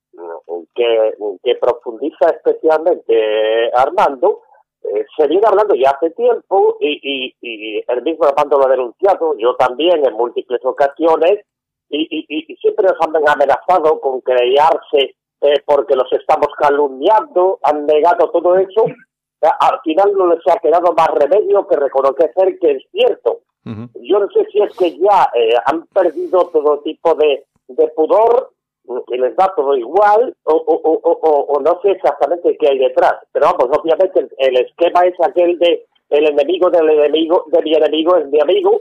que profundiza especialmente Armando, se viene hablando ya hace tiempo y el mismo Armando lo ha denunciado, yo también en múltiples ocasiones, y siempre nos han amenazado con crearse porque los estamos calumniando, han negado todo eso. Al final no les ha quedado más remedio que reconocer que es cierto. Yo no sé si es que ya han perdido todo tipo de pudor, que les da todo igual, o no sé exactamente qué hay detrás. Pero vamos, obviamente el esquema es aquel de el enemigo del enemigo de mi enemigo es mi amigo.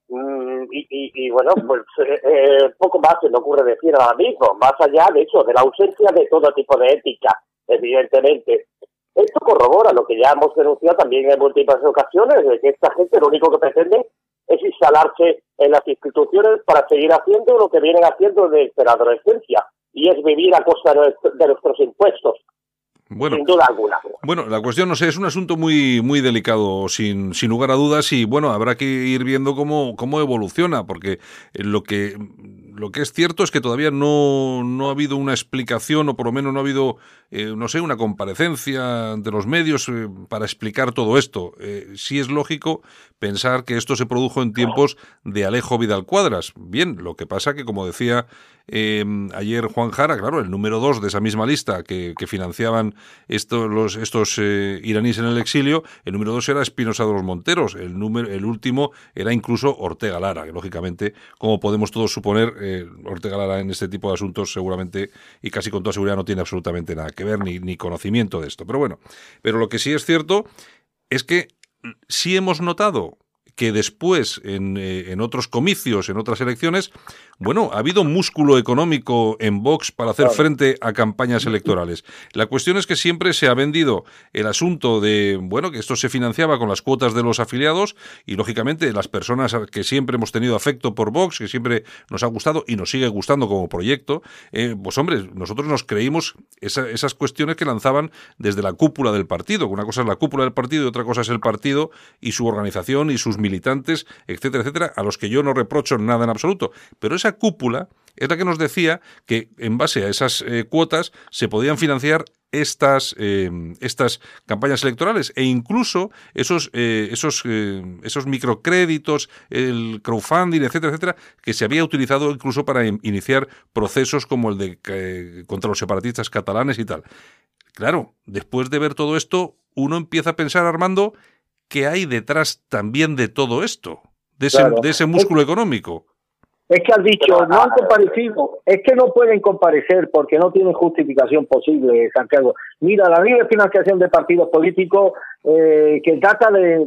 Y bueno, pues poco más se me ocurre decir ahora mismo, más allá de eso, de la ausencia de todo tipo de ética, evidentemente. Esto corrobora lo que ya hemos denunciado también en múltiples ocasiones, de que esta gente lo único que pretende es instalarse en las instituciones para seguir haciendo lo que vienen haciendo desde la adolescencia, y es vivir a costa de nuestros impuestos. Bueno, sin duda alguna. Bueno, la cuestión, no sé, es un asunto muy delicado, sin lugar a dudas, y bueno, habrá que ir viendo cómo evoluciona, porque lo que es cierto es que todavía no ha habido una explicación, o por lo menos no ha habido, no sé, una comparecencia ante los medios para explicar todo esto. Sí es lógico pensar que esto se produjo en tiempos de Alejo Vidal Cuadras. Bien, lo que pasa que, como decía ayer Juan Jara, claro, el número 2 de esa misma lista que financiaban estos iraníes en el exilio, el número 2 era Espinosa de los Monteros, el último era incluso Ortega Lara, que lógicamente, como podemos todos suponer, Ortega Lara en este tipo de asuntos seguramente y casi con toda seguridad no tiene absolutamente nada que ver ni conocimiento de esto. Pero bueno, pero lo que sí es cierto es que sí hemos notado que después en otros comicios, en otras elecciones, bueno, ha habido músculo económico en Vox para hacer frente a campañas electorales. La cuestión es que siempre se ha vendido el asunto de, bueno, que esto se financiaba con las cuotas de los afiliados y, lógicamente, las personas que siempre hemos tenido afecto por Vox, que siempre nos ha gustado y nos sigue gustando como proyecto, pues hombre, nosotros nos creímos esas cuestiones que lanzaban desde la cúpula del partido. Una cosa es la cúpula del partido y otra cosa es el partido y su organización y sus militantes, etcétera, etcétera, a los que yo no reprocho nada en absoluto. Pero esa cúpula es la que nos decía que en base a esas cuotas se podían financiar estas campañas electorales e incluso esos microcréditos, el crowdfunding, etcétera, etcétera, que se había utilizado incluso para iniciar procesos como el de contra los separatistas catalanes y tal. Claro, después de ver todo esto, uno empieza a pensar, Armando, ¿qué hay detrás también de todo esto? De ese músculo económico. Es que has dicho, no han comparecido, es que no pueden comparecer porque no tienen justificación posible, Santiago. Mira, la ley de financiación de partidos políticos, que data de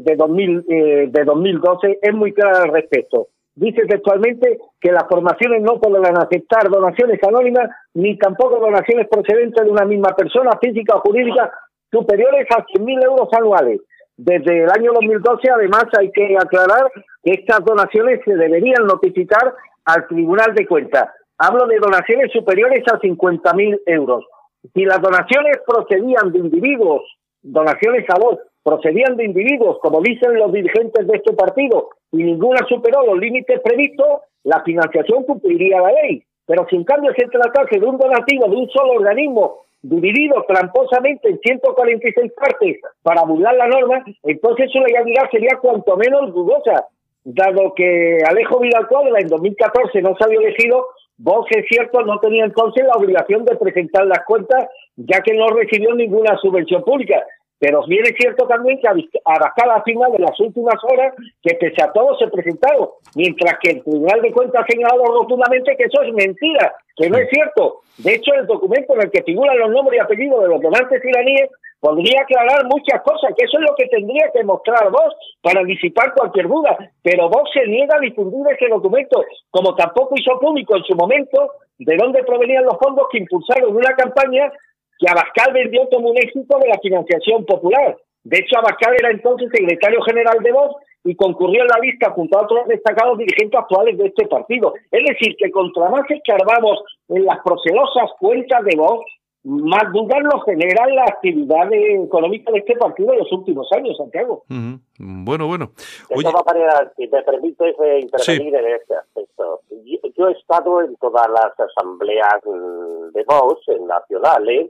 2012, es muy clara al respecto. Dice textualmente que las formaciones no podrán aceptar donaciones anónimas ni tampoco donaciones procedentes de una misma persona física o jurídica superiores a 100.000 euros anuales. Desde el año 2012, además, hay que aclarar que estas donaciones se deberían notificar al Tribunal de Cuentas. Hablo de donaciones superiores a 50.000 euros. Si las donaciones procedían de individuos, donaciones a Vox, procedían de individuos, como dicen los dirigentes de este partido, y ninguna superó los límites previstos, la financiación cumpliría la ley. Pero si en cambio se tratase de un donativo de un solo organismo, dividido tramposamente en 146 partes para burlar la norma, entonces su legalidad sería cuanto menos dudosa, dado que Alejo Vidal Cuadra en 2014 no se había elegido. Vox, es cierto, no tenía entonces la obligación de presentar las cuentas, ya que no recibió ninguna subvención pública. Pero bien es cierto también que Abascal afirma de las últimas horas que pese a todo se presentaron, mientras que el Tribunal de Cuentas ha señalado rotundamente que eso es mentira, que no es cierto. De hecho, el documento en el que figuran los nombres y apellidos de los donantes iraníes podría aclarar muchas cosas, que eso es lo que tendría que mostrar Vox para disipar cualquier duda. Pero Vox se niega a difundir ese documento, como tampoco hizo público en su momento de dónde provenían los fondos que impulsaron una campaña que Abascal vendió como un éxito de la financiación popular. De hecho, Abascal era entonces secretario general de Vox y concurrió en la lista junto a otros destacados dirigentes actuales de este partido. Es decir, que contra más escarbamos en las procelosas cuentas de Vox, más dudas nos genera la actividad económica de este partido en los últimos años, Santiago. Bueno. De todas maneras, si me permites intervenir en este aspecto. Yo he estado en todas las asambleas de Vox nacionales,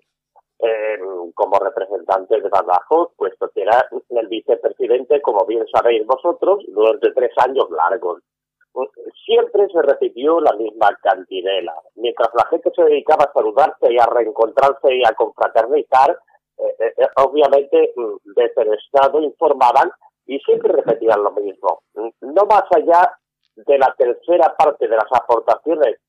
como representante de Badajoz, puesto que era el vicepresidente, como bien sabéis vosotros, durante 3 años largos. Siempre se repitió la misma cantinela. Mientras la gente se dedicaba a saludarse y a reencontrarse y a confraternizar, obviamente desde el Estado informaban y siempre repetían lo mismo. No más allá de la tercera parte de las aportaciones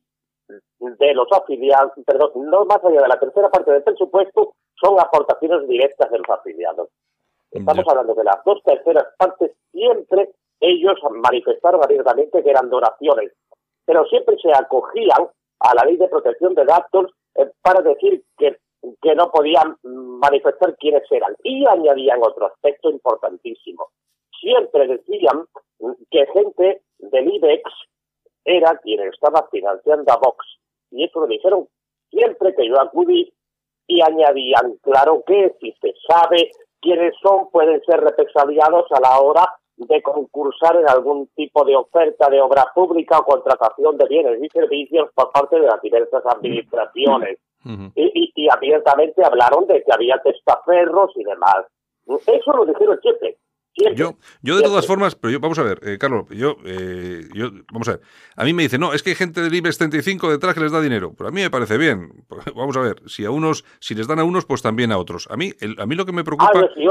de los afiliados, no más allá de la tercera parte del presupuesto, son aportaciones directas de los afiliados. Estamos hablando de las 2 terceras partes, siempre ellos manifestaron abiertamente que eran donaciones, pero siempre se acogían a la ley de protección de datos para decir que no podían manifestar quiénes eran. Y añadían otro aspecto importantísimo. Siempre decían que gente del IBEX era quien estaba financiando a Vox. Y eso lo dijeron siempre que yo acudí, y añadían, claro que si se sabe quiénes son, pueden ser represaliados a la hora de concursar en algún tipo de oferta de obra pública o contratación de bienes y servicios por parte de las diversas administraciones. Y abiertamente hablaron de que había testaferros y demás. Eso lo dijeron siempre. Yo de todas formas, pero vamos a ver, Carlos, vamos a ver, a mí me dicen, no, es que hay gente del IBEX 35 detrás que les da dinero, pero a mí me parece bien. Vamos a ver, si les dan a unos, pues también a otros. A mí lo que me preocupa...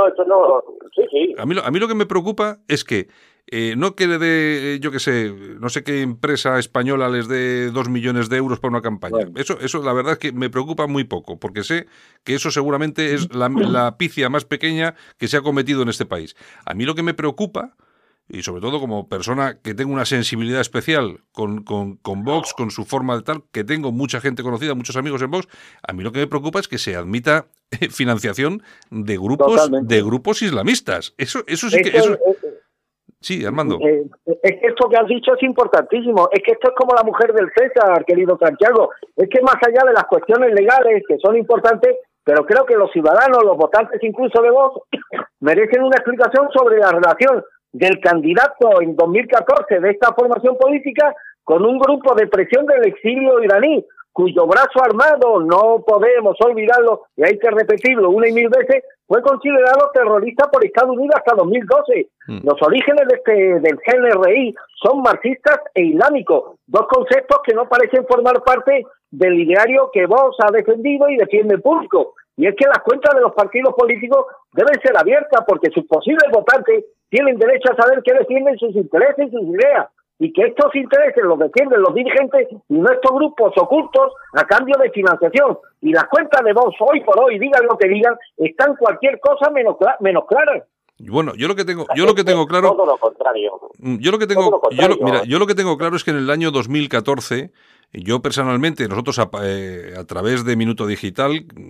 A mí lo que me preocupa es que no que le dé, yo qué sé, no sé qué empresa española les dé 2 millones de euros para una campaña. Bueno. Eso la verdad es que me preocupa muy poco, porque sé que eso seguramente es la pifia más pequeña que se ha cometido en este país. A mí lo que me preocupa y sobre todo como persona que tengo una sensibilidad especial con Vox, con su forma de tal, que tengo mucha gente conocida, muchos amigos en Vox, a mí lo que me preocupa es que se admita financiación de grupos islamistas. Eso sí que... Sí, Armando. Es que esto que has dicho es importantísimo. Es que esto es como la mujer del César, querido Santiago. Es que más allá de las cuestiones legales, que son importantes, pero creo que los ciudadanos, los votantes incluso de Vox, merecen una explicación sobre la relación del candidato en 2014 de esta formación política con un grupo de presión del exilio iraní, cuyo brazo armado, no podemos olvidarlo, y hay que repetirlo una y mil veces, fue considerado terrorista por Estados Unidos hasta 2012. Los orígenes del GNRI son marxistas e islámicos, dos conceptos que no parecen formar parte del ideario que Vox ha defendido y defiende en público. Y es que las cuentas de los partidos políticos deben ser abiertas porque sus posibles votantes tienen derecho a saber qué defienden sus intereses y sus ideas, y que estos intereses los defienden los dirigentes y no estos grupos ocultos a cambio de financiación. Y las cuentas de Vox hoy por hoy, digan lo que digan, están cualquier cosa menos claras. Bueno, yo lo que tengo claro... Todo lo contrario. Yo lo que tengo claro es que en el año 2014, yo personalmente, nosotros a través de Minuto Digital,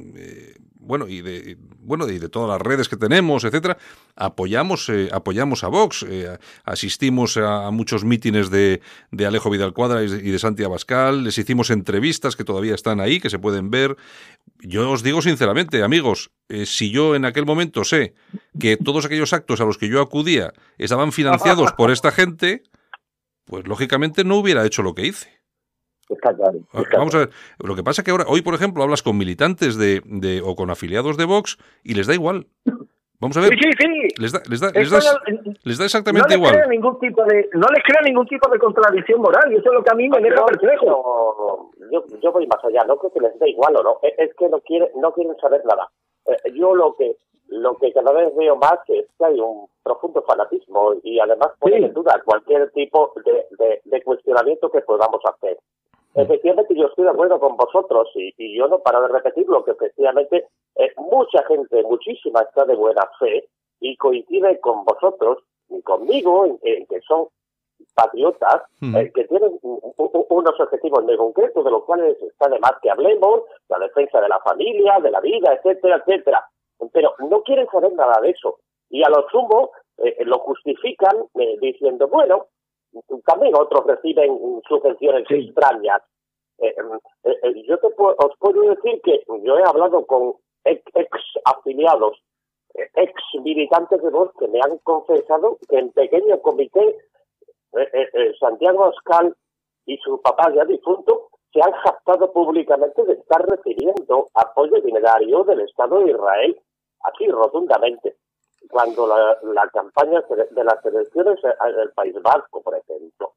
y de todas las redes que tenemos, etcétera, apoyamos a Vox, asistimos a muchos mítines de Alejo Vidal Cuadra y de Santi Abascal, les hicimos entrevistas que todavía están ahí, que se pueden ver. Yo os digo sinceramente, amigos, si yo en aquel momento sé que todos aquellos actos a los que yo acudía estaban financiados por esta gente, pues lógicamente no hubiera hecho lo que hice. Está claro. Vamos a ver, lo que pasa es que hoy, por ejemplo, hablas con militantes o con afiliados de Vox y les da igual. Vamos a ver. Sí. Les da exactamente igual. No les crea ningún tipo de contradicción moral, y eso es lo que a mí me deja perplejo. Yo voy más allá, no creo que les dé igual o no, es que no quieren saber nada. Yo lo que cada vez veo más es que hay un profundo fanatismo y además ponen en duda cualquier tipo de cuestionamiento que podamos hacer. Efectivamente, yo estoy de acuerdo con vosotros y yo no paro de repetirlo, que efectivamente mucha gente, muchísima, está de buena fe y coincide con vosotros y conmigo en que son patriotas, que tienen unos objetivos muy concretos, de los cuales está de más que hablemos, la defensa de la familia, de la vida, etcétera, etcétera. Pero no quieren saber nada de eso. Y a lo sumo lo justifican diciendo, bueno, también otros reciben subvenciones extrañas. Os puedo decir que yo he hablado con ex afiliados, ex militantes de Vox, que me han confesado que en pequeño comité Santiago Abascal y su papá ya difunto se han jactado públicamente de estar recibiendo apoyo dinerario del Estado de Israel, así rotundamente, cuando la campaña de las elecciones del País Vasco, por ejemplo,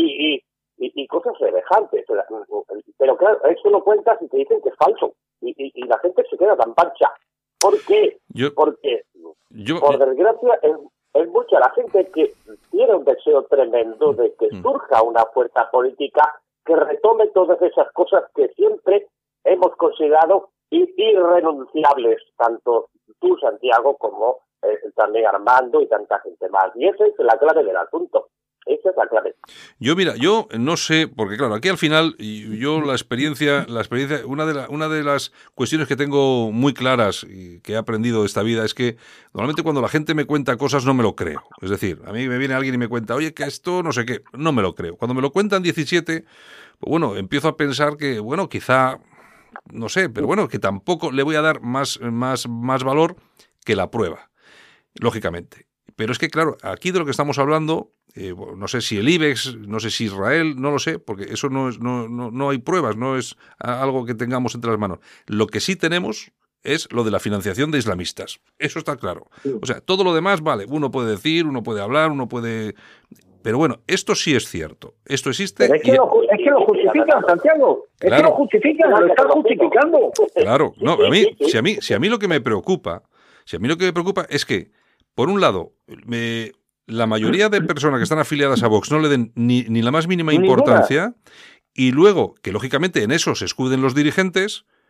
y cosas semejantes. Pero claro, eso lo cuentas y te dicen que es falso, y la gente se queda tan pancha. ¿Por qué? Porque, por desgracia, es mucha la gente que tiene un deseo tremendo de que surja una fuerza política que retome todas esas cosas que siempre hemos considerado irrenunciables, tanto tú, Santiago, como también Armando y tanta gente más. Y esa es la clave del asunto. Esa es la clave. Yo no sé, porque claro, aquí al final, yo la experiencia, una de las cuestiones que tengo muy claras y que he aprendido de esta vida es que normalmente cuando la gente me cuenta cosas no me lo creo. Es decir, a mí me viene alguien y me cuenta, oye, que esto no sé qué, no me lo creo. Cuando me lo cuentan 17, pues bueno, empiezo a pensar que, bueno, quizá, no sé, pero bueno, que tampoco le voy a dar más valor que la prueba, lógicamente. Pero es que, claro, aquí de lo que estamos hablando, no sé si el IBEX, no sé si Israel, no lo sé, porque eso no hay pruebas, no es algo que tengamos entre las manos. Lo que sí tenemos es lo de la financiación de islamistas. Eso está claro. O sea, todo lo demás, vale, uno puede decir, uno puede hablar, uno puede... Pero bueno, esto sí es cierto. Esto existe. Pero es que lo justifican, Santiago. Claro. Es que lo justifican, lo están justificando. Claro, no, si a mí lo que me preocupa es que, por un lado, la mayoría de personas que están afiliadas a Vox no le den ni la más mínima importancia, y luego, que lógicamente en eso se escuden los dirigentes,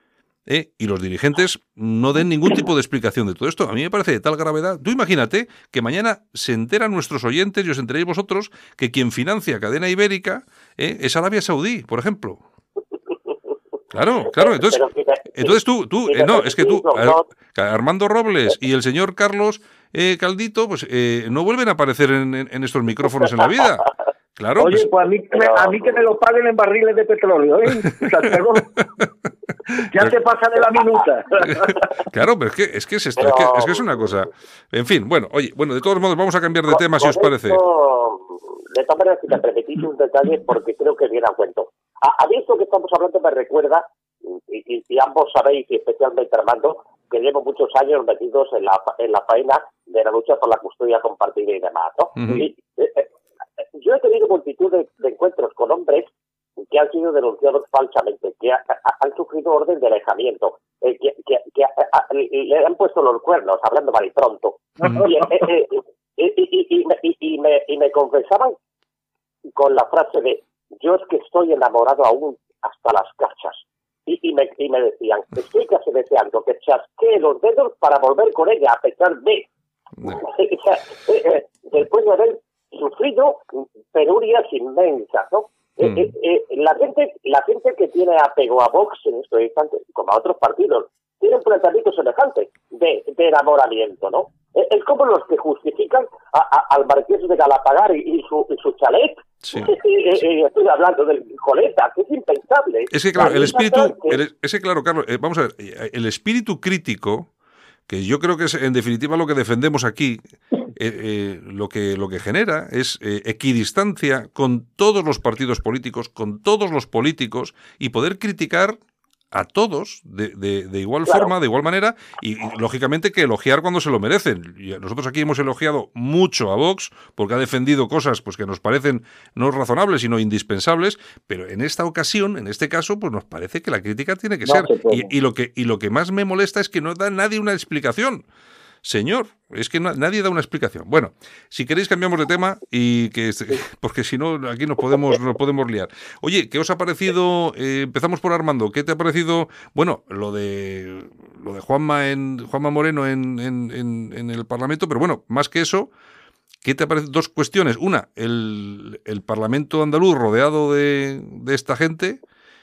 y los dirigentes no den ningún tipo de explicación de todo esto. A mí me parece de tal gravedad. Tú imagínate que mañana se enteran nuestros oyentes y os enteréis vosotros que quien financia Cadena Ibérica es Arabia Saudí, por ejemplo. Claro. Entonces tú, Armando Robles y el señor Carlos Caldito, pues no vuelven a aparecer en estos micrófonos en la vida. Claro. Oye, pues a mí que me lo paguen en barriles de petróleo, ¿eh? Ya te pasa de la minuta. Claro, pero es que es una cosa. En fin, bueno, de todos modos vamos a cambiar de tema si os parece. De todas maneras, si me permitís un detalle, porque creo que viene a cuento. A mí esto que estamos hablando me recuerda, y ambos sabéis, y especialmente Armando, que llevo muchos años metidos en la faena de la lucha por la custodia compartida y demás, ¿no? Y, yo he tenido multitud de encuentros con hombres que han sido denunciados falsamente, que han sufrido orden de alejamiento, que le han puesto los cuernos, hablando mal y pronto. Y me confesaban con la frase de: yo es que estoy enamorado aún hasta las cachas. Y me decían: estoy casi deseando que chasquee los dedos para volver con ella, a pesar de... después de haber sufrido penurias inmensas, ¿no? La gente que tiene apego a Vox en estos instantes, como a otros partidos, tiene un planteamiento semejante de enamoramiento, ¿no? Es como los que justifican al marqués de Galapagar y su chalet. Sí. Estoy hablando del Coleta, que es impensable. Es que claro, Carlos, vamos a ver, el espíritu crítico, que yo creo que es en definitiva lo que defendemos aquí, lo que genera es equidistancia con todos los partidos políticos, con todos los políticos, y poder criticar a todos de igual forma, de igual manera, y lógicamente que elogiar cuando se lo merecen. Y nosotros aquí hemos elogiado mucho a Vox porque ha defendido cosas pues que nos parecen no razonables sino indispensables, pero en esta ocasión, en este caso, pues nos parece que la crítica tiene que ser. Y lo que más me molesta es que no da nadie una explicación. Señor, es que nadie da una explicación. Bueno, si queréis cambiamos de tema porque si no aquí nos podemos liar. Oye, ¿qué os ha parecido? Empezamos por Armando. ¿Qué te ha parecido? Bueno, lo de Juanma Moreno en el Parlamento, pero bueno, más que eso, ¿qué te ha parecido? Dos cuestiones. Una, el Parlamento andaluz rodeado de esta gente,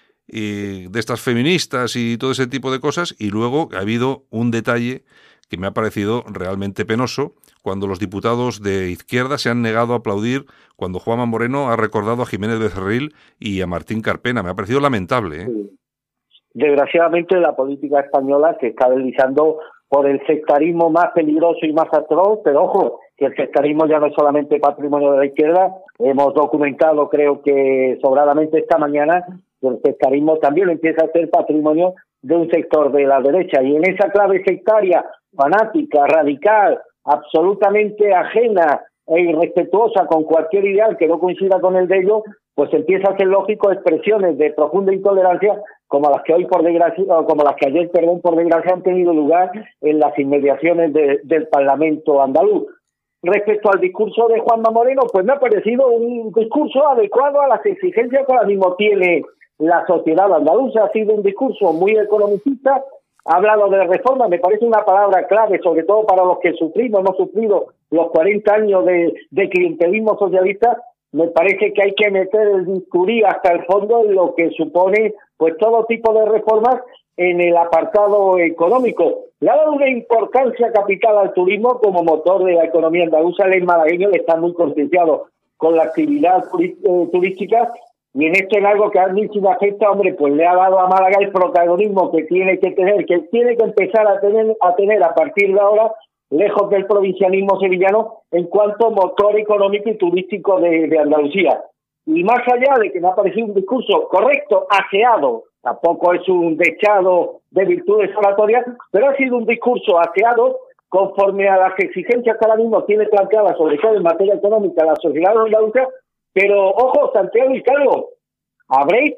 de estas feministas y todo ese tipo de cosas, y luego ha habido un detalle que me ha parecido realmente penoso, cuando los diputados de izquierda se han negado a aplaudir cuando Juanma Moreno ha recordado a Jiménez Becerril y a Martín Carpena. Me ha parecido lamentable, ¿eh? Sí. Desgraciadamente la política española se está deslizando por el sectarismo más peligroso y más atroz, pero ojo, que el sectarismo ya no es solamente patrimonio de la izquierda. Hemos documentado, creo que sobradamente esta mañana, que el sectarismo también empieza a ser patrimonio de un sector de la derecha, y en esa clave sectaria, fanática, radical, absolutamente ajena e irrespetuosa con cualquier ideal que no coincida con el de ellos, pues empieza a ser lógico expresiones de profunda intolerancia como las que hoy por desgracia, o como las que ayer, por desgracia, han tenido lugar en las inmediaciones del Parlamento andaluz. Respecto al discurso de Juanma Moreno, pues me ha parecido un discurso adecuado a las exigencias que ahora mismo tiene la sociedad andaluza. Ha sido un discurso muy economicista, ha hablado de reforma, me parece una palabra clave, sobre todo para los que hemos sufrido los 40 años de clientelismo socialista. Me parece que hay que meter el bisturí hasta el fondo en lo que supone pues todo tipo de reformas en el apartado económico. Le ha dado una importancia capital al turismo como motor de la economía andaluza. El malagueño está muy concienciado con la actividad turística, y en esto en algo que a mí sí me afecta, hombre, pues le ha dado a Málaga el protagonismo que tiene que tener, que tiene que empezar a tener a partir de ahora, lejos del provincianismo sevillano, en cuanto motor económico y turístico de Andalucía. Y más allá de que me ha parecido un discurso correcto, aseado, tampoco es un dechado de virtudes oratorias, pero ha sido un discurso aseado conforme a las exigencias que ahora mismo tiene planteadas, sobre todo en materia económica, la sociedad andaluza. Pero, ojo, Santiago y Carlos, habréis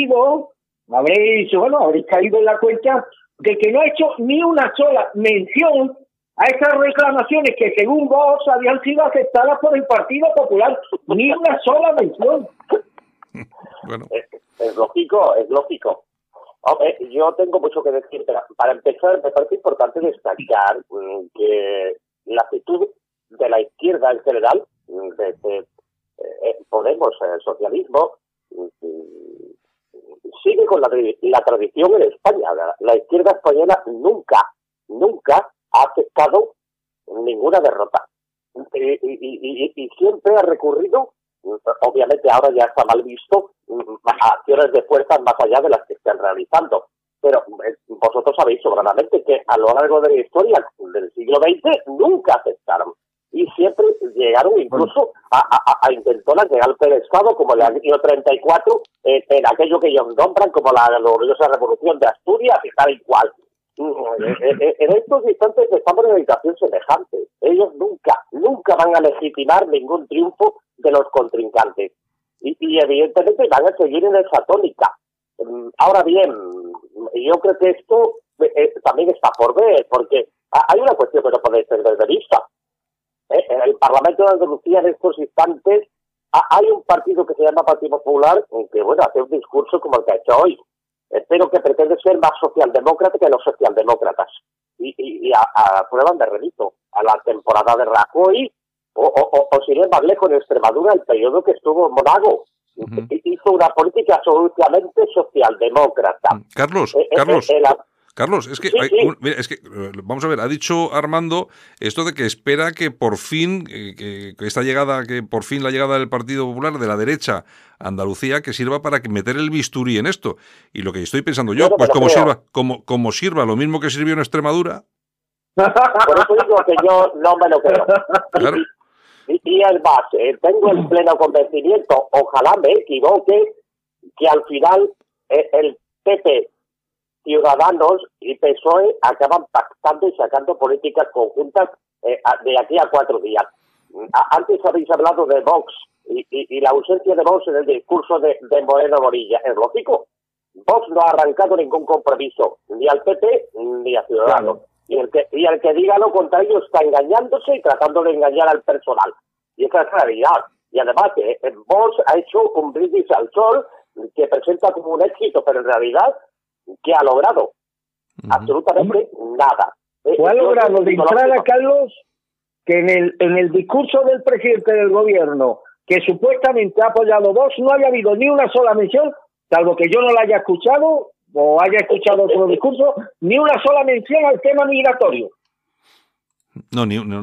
caído en la cuenta de que no ha hecho ni una sola mención a esas reclamaciones que, según vos, habían sido aceptadas por el Partido Popular. Ni una sola mención. Bueno. Es lógico. Yo tengo mucho que decir, pero para empezar me parece importante destacar que la actitud de la izquierda en general, de Podemos, el socialismo, sigue con la tradición en España. La izquierda española nunca ha aceptado ninguna derrota. Y siempre ha recurrido, obviamente ahora ya está mal visto, a acciones de fuerza más allá de las que están realizando. Pero vosotros sabéis sobradamente que a lo largo de la historia del siglo XX nunca aceptaron. Y siempre llegaron incluso a intentonas de golpe de Estado, como el año 34, en aquello que ellos nombran como la gloriosa revolución de Asturias y tal y cual. En estos instantes estamos en una situación semejante. Ellos nunca van a legitimar ningún triunfo de los contrincantes. Y evidentemente van a seguir en esa tónica. Ahora bien, yo creo que esto también está por ver, porque hay una cuestión que no podéis perder de vista. En el Parlamento de Andalucía en estos instantes hay un partido que se llama Partido Popular que, bueno, hace un discurso como el que ha hecho hoy, pero que pretende ser más socialdemócrata que los socialdemócratas. Y prueban de remito a la temporada de Rajoy o sin ir más lejos, en Extremadura, el periodo que estuvo Monago. Hizo una política absolutamente socialdemócrata. Carlos, es que, mira, vamos a ver, ha dicho Armando esto de que espera que por fin, que por fin la llegada del Partido Popular de la derecha a Andalucía, que sirva para meter el bisturí en esto. Y lo que estoy pensando yo, pues como sirva lo mismo que sirvió en Extremadura. Por eso digo que yo no me lo creo. Claro. Y es más, tengo el pleno convencimiento, ojalá me equivoque, que al final el PP, Ciudadanos y PSOE acaban pactando y sacando políticas conjuntas de aquí a 4 días. Antes habéis hablado de Vox y la ausencia de Vox en el discurso de Moreno Morilla. Es lógico. Vox no ha arrancado ningún compromiso, ni al PP ni a Ciudadanos. Claro. Y el que diga lo contrario está engañándose y tratando de engañar al personal. Y esa es la realidad. Y además, Vox ha hecho un brindis al sol que presenta como un éxito, pero en realidad, ¿qué ha logrado? Absolutamente nada. Ha logrado de entrada, Carlos, que en el discurso del presidente del gobierno, que supuestamente ha apoyado Vox, no haya habido ni una sola mención, salvo que yo no la haya escuchado o haya escuchado otro discurso, ni una sola mención al tema migratorio. No, ni uno.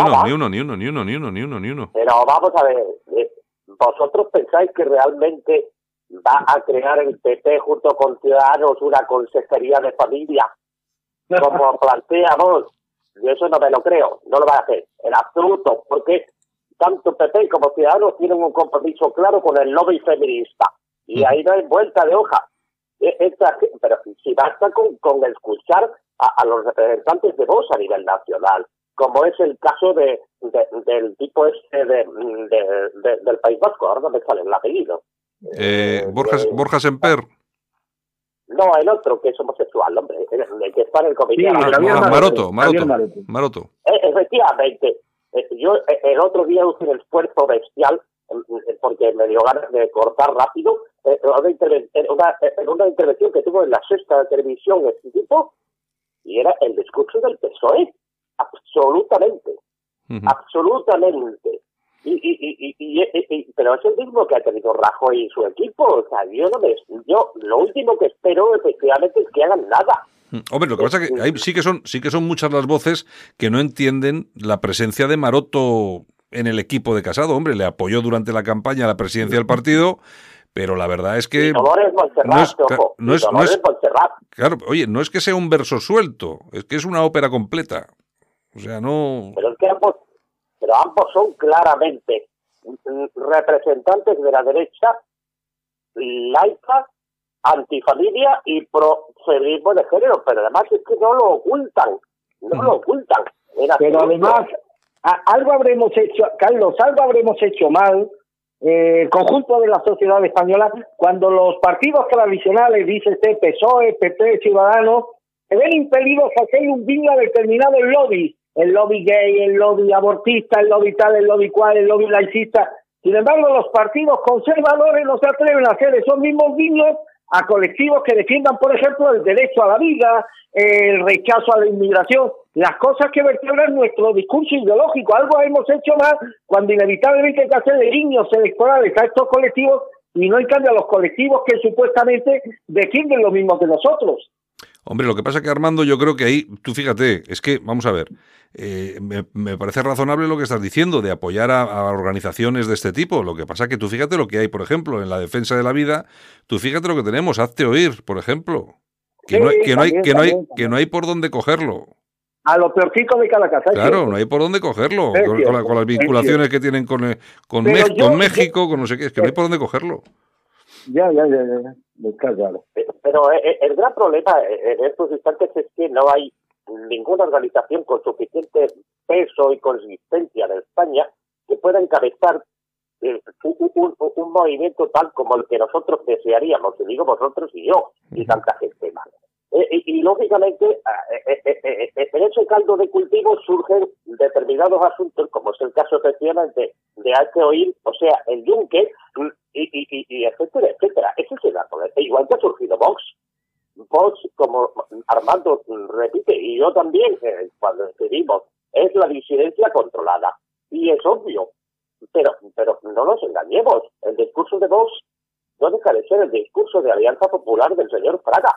Pero vamos a ver, ¿vosotros pensáis que realmente va a crear el PP junto con Ciudadanos una consejería de familia? Como planteamos, yo eso no me lo creo, no lo va a hacer, en absoluto, porque tanto PP como Ciudadanos tienen un compromiso claro con el lobby feminista, y ahí no hay vuelta de hoja. Pero si basta con escuchar a los representantes de Vox a nivel nacional, como es el caso del tipo del País Vasco, ahora no me sale el apellido. Borja Semper. No, el otro, que es homosexual, hombre, el que está en el comité. Sí, Maroto. Efectivamente. Yo el otro día hice un esfuerzo bestial, porque me dio ganas de cortar rápido, una intervención que tuvo en la Sexta Televisión este tipo, y era el discurso del PSOE. Absolutamente. Absolutamente. Pero es el mismo que ha tenido Rajoy y su equipo. O sea, yo lo último que espero efectivamente es que hagan nada. Hombre, lo que pasa es que ahí sí que son muchas las voces que no entienden la presencia de Maroto en el equipo de Casado. Hombre, le apoyó durante la campaña a la presidencia del partido, pero la verdad es que claro, oye, no es que sea un verso suelto, es que es una ópera completa. O sea, no. Pero es que ambos son claramente representantes de la derecha laica, antifamilia y pro-feminismo de género, pero además es que no lo ocultan. Pero además, algo habremos hecho, Carlos, mal, el conjunto de la sociedad española, cuando los partidos tradicionales, dice usted, PSOE, PP, Ciudadanos, se ven impelidos a hacer un guiño a determinados lobbies, el lobby gay, el lobby abortista, el lobby tal, el lobby cual, el lobby laicista. Sin embargo, los partidos conservadores no se atreven a hacer esos mismos guiños a colectivos que defiendan, por ejemplo, el derecho a la vida, el rechazo a la inmigración, las cosas que vertebran nuestro discurso ideológico. Algo hemos hecho mal cuando inevitablemente hay que hacer de guiños electorales a estos colectivos y no en cambio a los colectivos que supuestamente defienden lo mismo que nosotros. Hombre, lo que pasa que, Armando, yo creo que ahí, tú fíjate, es que, vamos a ver, me parece razonable lo que estás diciendo, de apoyar a organizaciones de este tipo. Lo que pasa que tú fíjate lo que hay, por ejemplo, en la defensa de la vida, tú fíjate lo que tenemos, hazte oír, por ejemplo, que no hay por dónde cogerlo. A los peorcitos de cada casa. Claro, no hay por dónde cogerlo, con las vinculaciones que tienen con México, con no sé qué, es que no hay por dónde cogerlo. Ya, está claro. Pero el gran problema en estos instantes es que no hay ninguna organización con suficiente peso y consistencia en España que pueda encabezar un movimiento tal como el que nosotros desearíamos, y digo vosotros y yo, y tanta gente más. Y lógicamente, en ese caldo de cultivo surgen determinados asuntos, como es el caso efectivamente de HOI, o sea, el Yunque, y etcétera, etcétera. Ese es el dato. Igual que ha surgido Vox. Vox, como Armando repite, y yo también, cuando escribimos, es la disidencia controlada. Y es obvio. Pero no nos engañemos. El discurso de Vox no deja de ser el discurso de Alianza Popular del señor Fraga.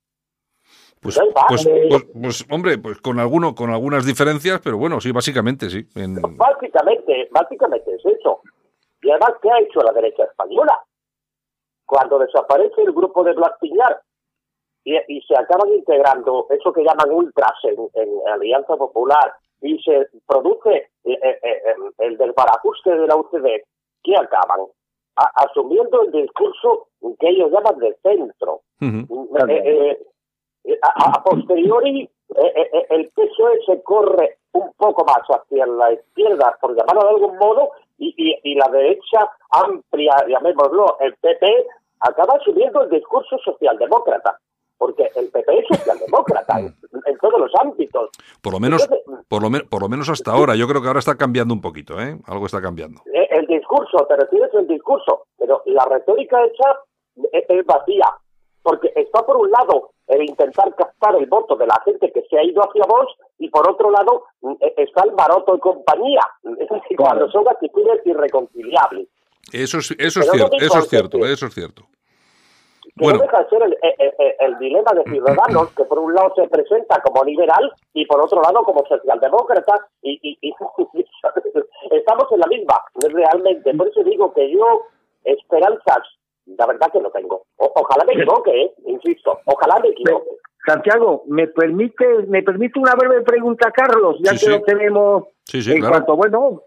Pues hombre, pues con algunas diferencias, pero bueno, sí, básicamente, sí. Básicamente es eso. Y además, ¿qué ha hecho la derecha española? Cuando desaparece el grupo de Blas Piñar y se acaban integrando eso que llaman ultras en Alianza Popular y se produce el desbarajuste de la UCD, ¿qué acaban? Asumiendo el discurso que ellos llaman de centro. A posteriori, el PSOE se corre un poco más hacia la izquierda, por llamarlo de algún modo, y la derecha amplia, llamémoslo, el PP, acaba asumiendo el discurso socialdemócrata, porque el PP es socialdemócrata en todos los ámbitos. Por lo menos hasta ahora. Yo creo que ahora está cambiando un poquito, ¿eh? Algo está cambiando. El discurso, te refieres al discurso, pero la retórica hecha es vacía, porque está por un lado el intentar captar el voto de la gente que se ha ido hacia Vox, y por otro lado está el Maroto y compañía, es decir, cuando son actitudes irreconciliables. Eso es cierto. Que no deja de ser el dilema de Ciudadanos, que por un lado se presenta como liberal y por otro lado como socialdemócrata, y estamos en la misma, realmente. Por eso digo que yo esperanzas, la verdad que no tengo. Ojalá me equivoque, insisto, ojalá me equivoque. Santiago, ¿me permite una breve pregunta, Carlos? Ya que lo tenemos en claro. cuanto, bueno,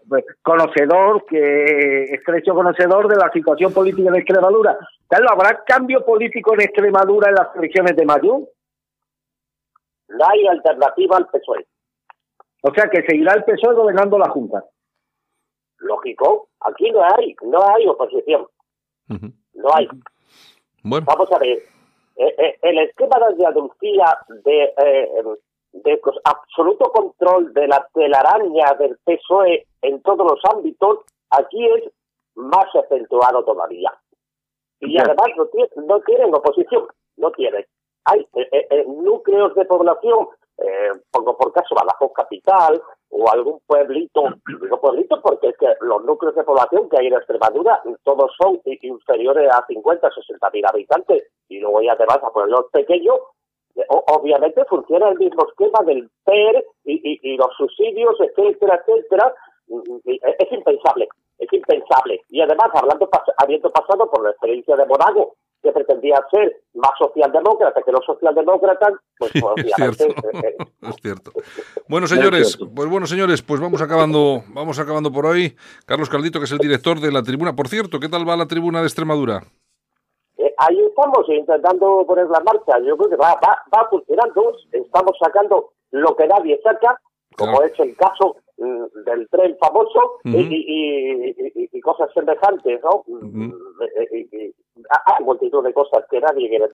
estrecho conocedor de la situación política en Extremadura. Carlos, ¿habrá cambio político en Extremadura en las elecciones de mayo? No hay alternativa al PSOE. O sea, que seguirá el PSOE gobernando la Junta. Lógico, aquí no hay oposición. No hay. Bueno. Vamos a ver. El esquema de Andalucía de absoluto control de la telaraña del PSOE en todos los ámbitos, aquí es más acentuado todavía. Y además no tienen oposición, no tienen. Hay núcleos de población, pongo por caso Badajoz capital o algún pueblito, digo pueblito porque es que los núcleos de población que hay en Extremadura todos son inferiores a 50, 60 mil habitantes, y luego ya te vas a pueblos pequeños. Obviamente funciona el mismo esquema del PER y los subsidios, etcétera, etcétera. Es impensable. Y además, habiendo pasado por la experiencia de Monago, que pretendía ser más socialdemócrata que los socialdemócratas, pues obviamente... Es cierto. Bueno, señores, pues vamos acabando por hoy. Carlos Caldito, que es el director de La Tribuna. Por cierto, ¿qué tal va La Tribuna de Extremadura? Ahí estamos intentando poner la marcha. Yo creo que va funcionando. Estamos sacando lo que nadie saca, como es el caso del tren famoso y cosas semejantes, ¿no? Hay multitud de cosas que nadie quiere